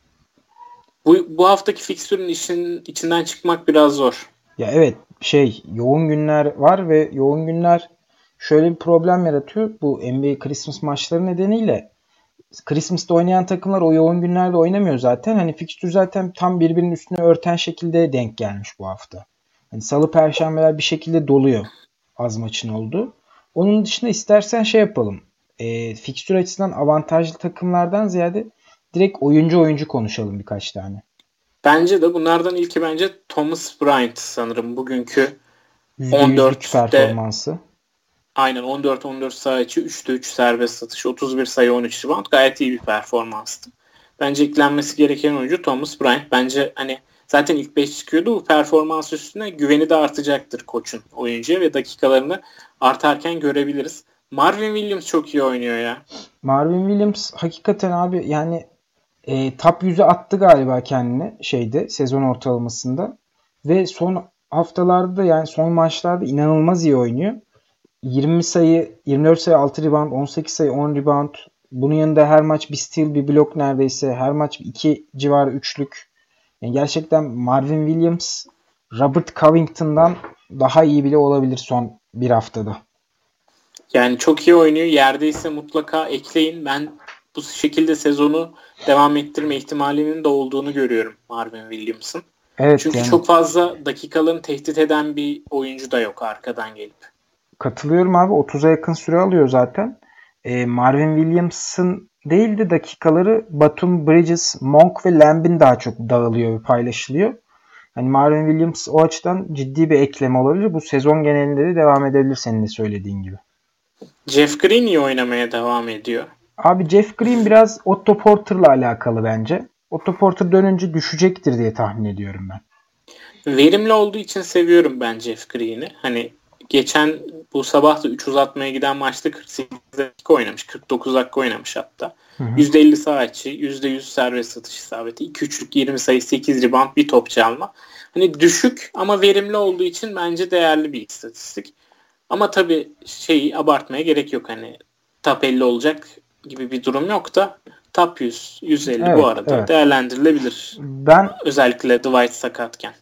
bu, bu haftaki fikstürün işin içinden çıkmak biraz zor. Ya evet, şey yoğun günler var ve yoğun günler şöyle bir problem yaratıyor. Bu N B A Christmas maçları nedeniyle Christmas'ta oynayan takımlar o yoğun günlerde oynamıyor zaten. Hani fikstür zaten tam birbirinin üstüne örten şekilde denk gelmiş bu hafta. Hani salı, perşembeler bir şekilde doluyor az maçın olduğu. Onun dışında istersen şey yapalım. E, fikstür açısından avantajlı takımlardan ziyade direkt oyuncu oyuncu konuşalım birkaç tane. Bence de bunlardan ilki bence Thomas Bryant sanırım bugünkü on dörtte performansı. Aynen on dört on dört sayı içi, üçte üç serbest satış, otuz bir sayı, on üç rebound, gayet iyi bir performanstı. Bence eklenmesi gereken oyuncu Thomas Bryant. Bence hani zaten ilk beş çıkıyordu. Bu performans üstüne güveni de artacaktır koçun oyuncuya ve dakikalarını artarken görebiliriz. Marvin Williams çok iyi oynuyor ya. Marvin Williams hakikaten abi yani e, top yüze attı galiba kendini şeyde sezon ortalamasında ve son haftalarda yani son maçlarda inanılmaz iyi oynuyor. yirmi sayı, yirmi dört sayı, altı rebound, on sekiz sayı, on rebound. Bunun yanında her maç bir steal, bir blok neredeyse. Her maç iki civarı üçlük. Yani gerçekten Marvin Williams Robert Covington'dan daha iyi bile olabilir son bir haftada. Yani çok iyi oynuyor. Yerdeyse mutlaka ekleyin. Ben bu şekilde sezonu devam ettirme ihtimalinin de olduğunu görüyorum Marvin Williams'ın. Evet, çünkü yani çok fazla dakikalarını tehdit eden bir oyuncu da yok arkadan gelip. Katılıyorum abi. otuza yakın süre alıyor zaten. Ee, Marvin Williams'ın değil de dakikaları Batum, Bridges, Monk ve Lamb'in daha çok dağılıyor ve paylaşılıyor. Hani Marvin Williams o açıdan ciddi bir ekleme olabilir. Bu sezon genelinde de devam edebilir senin de söylediğin gibi. Jeff Green iyi oynamaya devam ediyor. Abi Jeff Green biraz Otto Porter'la alakalı bence. Otto Porter dönünce düşecektir diye tahmin ediyorum ben. Verimli olduğu için seviyorum ben Jeff Green'i. Hani geçen bu sabah da üç uzatmaya giden maçta kırk sekiz dakika oynamış. kırk dokuz dakika oynamış hatta. Hı hı. yüzde elli sağ içi, yüzde yüz serbest satış isabeti, iki üçlük, yirmi sayı, sekiz rebound, bir top çalma. Hani düşük ama verimli olduğu için bence değerli bir istatistik. Ama tabii şeyi abartmaya gerek yok. Hani top elli olacak gibi bir durum yok da top yüz, yüz elli evet, bu arada evet. değerlendirilebilir. Ben özellikle Dwight sakatken.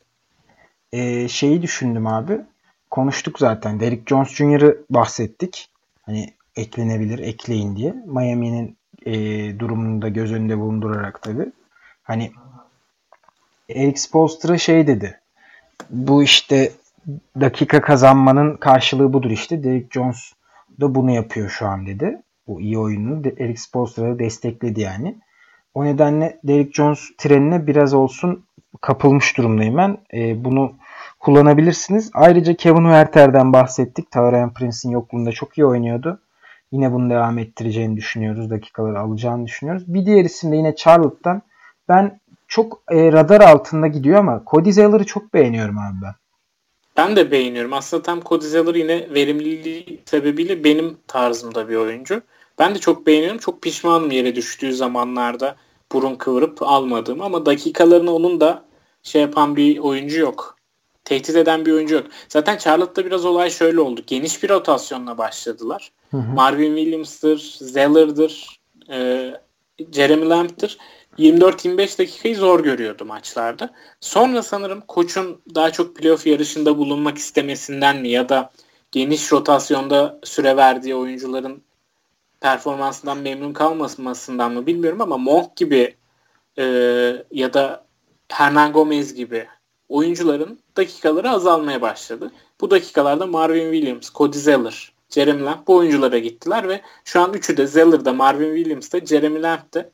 E, şeyi düşündüm abi. Konuştuk zaten. Derrick Jones Junior'ı bahsettik. Hani eklenebilir, ekleyin diye. Miami'nin e, durumunu da göz önünde bulundurarak tabii. Hani Eric Spoelstra şey dedi. Bu işte dakika kazanmanın karşılığı budur işte. Derrick Jones da bunu yapıyor şu an dedi. Bu iyi oyununu Eric Spoelstra'yı destekledi yani. O nedenle Derrick Jones trenine biraz olsun kapılmış durumdayım ben. E, bunu kullanabilirsiniz. Ayrıca Kevin Huerter'den bahsettik. Taurean Prince'in yokluğunda çok iyi oynuyordu. Yine bunu devam ettireceğini düşünüyoruz. Dakikaları alacağını düşünüyoruz. Bir diğer isim de yine Charlotte'dan. Ben çok e, radar altında gidiyor ama Cody Zeller'ı çok beğeniyorum abi ben. Ben de beğeniyorum. Aslında tam Cody Zeller yine verimliliği sebebiyle benim tarzımda bir oyuncu. Ben de çok beğeniyorum. Çok pişmanım yere düştüğü zamanlarda burun kıvırıp almadığım. Ama dakikalarını onun da şey yapan bir oyuncu yok. Tehdit eden bir oyuncu yok. Zaten Charlotte'da biraz olay şöyle oldu. Geniş bir rotasyonla başladılar. Hı hı. Marvin Williams'tır, Zeller'dır, e, Jeremy Lamb'tır. yirmi dört yirmi beş dakikayı zor görüyordu maçlarda. Sonra sanırım koçun daha çok playoff yarışında bulunmak istemesinden mi ya da geniş rotasyonda süre verdiği oyuncuların performansından memnun kalmasından mı bilmiyorum ama Monk gibi e, ya da Hernan Gomez gibi oyuncuların dakikaları azalmaya başladı. Bu dakikalarda Marvin Williams, Cody Zeller, Jeremy Lamb bu oyunculara gittiler ve şu an üçü de Zeller'da, Marvin Williams'da, Jeremy Lamb'da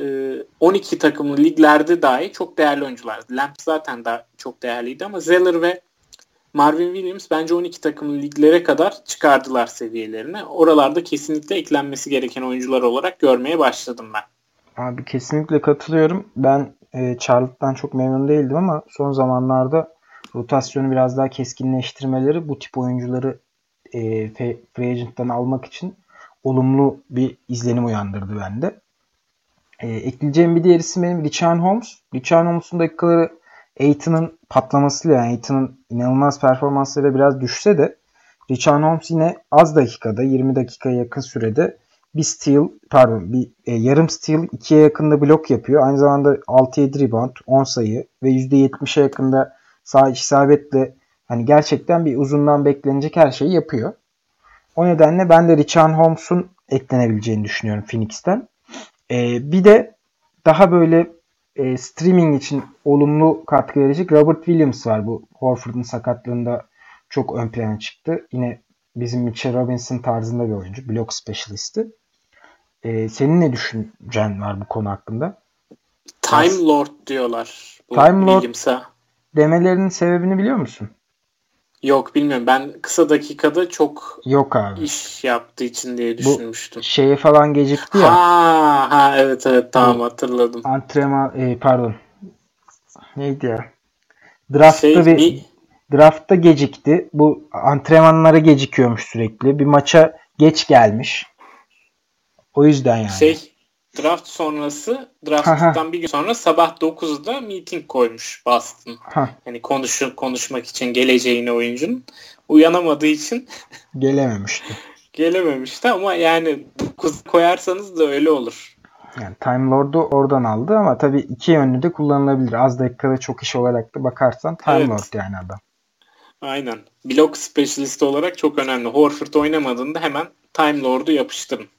on iki takımlı liglerde dahi çok değerli oyuncular. Lamb zaten daha çok değerliydi ama Zeller ve Marvin Williams bence on iki takımlı liglere kadar çıkardılar seviyelerini. Oralarda kesinlikle eklenmesi gereken oyuncular olarak görmeye başladım ben. Abi kesinlikle katılıyorum. Ben e, Charlotte'dan çok memnun değildim ama son zamanlarda rotasyonu biraz daha keskinleştirmeleri bu tip oyuncuları e, free agent'tan almak için olumlu bir izlenim uyandırdı bende. E, ekleyeceğim bir diğer isim benim Richaun Holmes. Richaun Holmes'un dakikaları Aiton'un patlamasıyla yani Aiton'un inanılmaz performansları biraz düşse de Richaun Holmes yine az dakikada yirmi dakikaya yakın sürede bir steal pardon bir e, yarım steal ikiye yakında blok yapıyor. Aynı zamanda altı yedi rebound, on sayı ve yüzde yetmişe yakında sağ iç isabetle hani gerçekten bir uzundan beklenecek her şeyi yapıyor. O nedenle ben de Richaun Holmes'un eklenebileceğini düşünüyorum Phoenix'ten. Ee, bir de daha böyle e, streaming için olumlu katkı verecek Robert Williams var. Bu Horford'un sakatlığında çok ön plana çıktı. Yine bizim Mitchell Robinson tarzında bir oyuncu. Blok specialist'i. Ee, senin ne düşüncen var bu konu hakkında? Time Biraz... Lord diyorlar bu Time Lord Williams'a. Demelerinin sebebini biliyor musun? Yok bilmiyorum. Ben kısa dakikada çok Yok abi. iş yaptığı için diye Bu düşünmüştüm. şeye falan gecikti ya. Ha ha evet evet tamam hatırladım. Antrenman e, pardon. Neydi ya? Draft'ta Şey bir mi draftta gecikti. Bu antrenmanlara gecikiyormuş sürekli. Bir maça geç gelmiş. O yüzden yani. şey draft sonrası drafttan bir gün sonra sabah dokuzda meeting koymuş Boston. Hani konuşu, konuşmak için geleceğini oyuncunun. Uyanamadığı için gelememişti. gelememişti ama yani dokuz koyarsanız da öyle olur. Yani Time Lord'u oradan aldı ama tabii iki yönlü de kullanılabilir. Az dakikada çok iş olarak da bakarsan Time evet. Lord yani adam. Aynen. Blok specialist olarak çok önemli. Horford oynamadığında hemen Time Lord'u yapıştırın.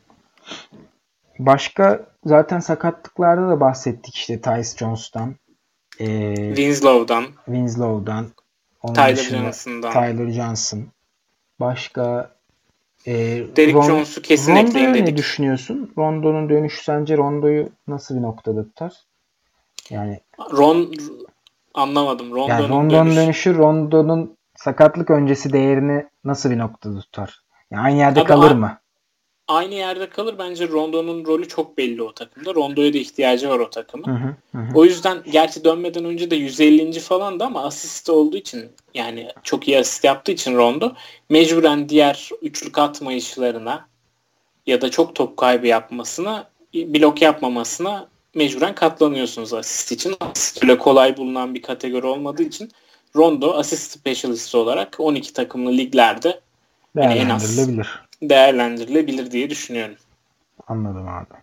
Başka zaten sakatlıklarda da bahsettik işte Tyus Jones'tan. Ee, Winslow'dan. Winslow'dan. Onun Tyler Johnson'dan. Tyler Johnson. Başka e, Derrick Ron, Jones'u kesin ekleyin dedik. Rondo'ya ne düşünüyorsun? Rondo'nun dönüşü sence Rondo'yu nasıl bir noktada tutar? Yani Ron anlamadım. Rondo'nun, yani Rondo'nun dönüşü, dönüşü Rondo'nun sakatlık öncesi değerini nasıl bir noktada tutar? Yani aynı yerde Abi, kalır mı? Aynı yerde kalır. Bence Rondo'nun rolü çok belli o takımda. Rondo'ya da ihtiyacı var o takımın. Hı hı, hı. O yüzden gerçi dönmeden önce de yüz ellinci falandı ama asist olduğu için yani çok iyi asist yaptığı için Rondo mecburen diğer üçlük atma işlerine ya da çok top kaybı yapmasına, blok yapmamasına mecburen katlanıyorsunuz asist için. Asist öyle kolay bulunan bir kategori olmadığı için Rondo asist specialist olarak on iki takımlı liglerde değerlendirilebilir. Yani en az değerlendirilebilir diye düşünüyorum. Anladım abi.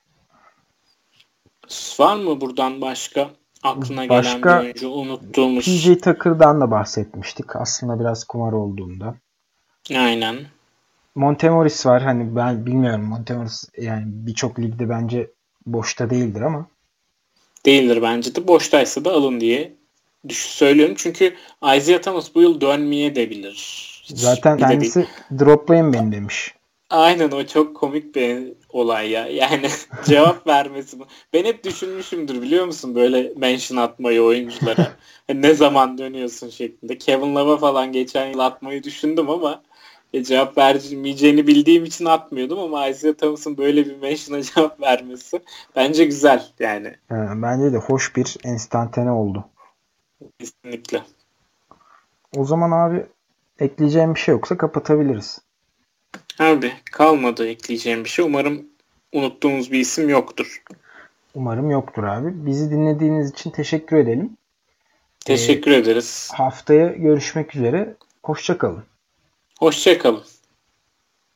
Var mı buradan başka aklına başka, gelen bir oyuncu unuttuğumuz? P J Tucker'dan da bahsetmiştik. Aslında biraz kumar olduğunda. Aynen. Montemoris var. Hani ben bilmiyorum. Montemoris yani birçok ligde bence boşta değildir ama. Değildir bence de. Boştaysa da alın diye düş söylüyorum. Çünkü Isaiah Thomas bu yıl dönmeye de bilir. Hiç Zaten bir de kendisi değil. droplayın beni demiş. Aynen, o çok komik bir olay ya. Yani cevap vermesi. Ben hep düşünmüşümdür, biliyor musun, böyle mention atmayı oyunculara. Hani ne zaman dönüyorsun şeklinde. Kevin Love'a falan geçen yıl atmayı düşündüm ama e, cevap vermeyeceğini bildiğim için atmıyordum, ama Isaiah Thomas'ın böyle bir mention'a cevap vermesi bence güzel yani. Ee, bence de hoş bir enstantane oldu. Kesinlikle. O zaman abi ekleyeceğim bir şey yoksa kapatabiliriz. Abi kalmadı ekleyeceğim bir şey. Umarım unuttuğumuz bir isim yoktur. Umarım yoktur abi. Bizi dinlediğiniz için teşekkür edelim. Ee, Teşekkür ederiz. haftaya görüşmek üzere. Hoşça kalın. Hoşça kalın.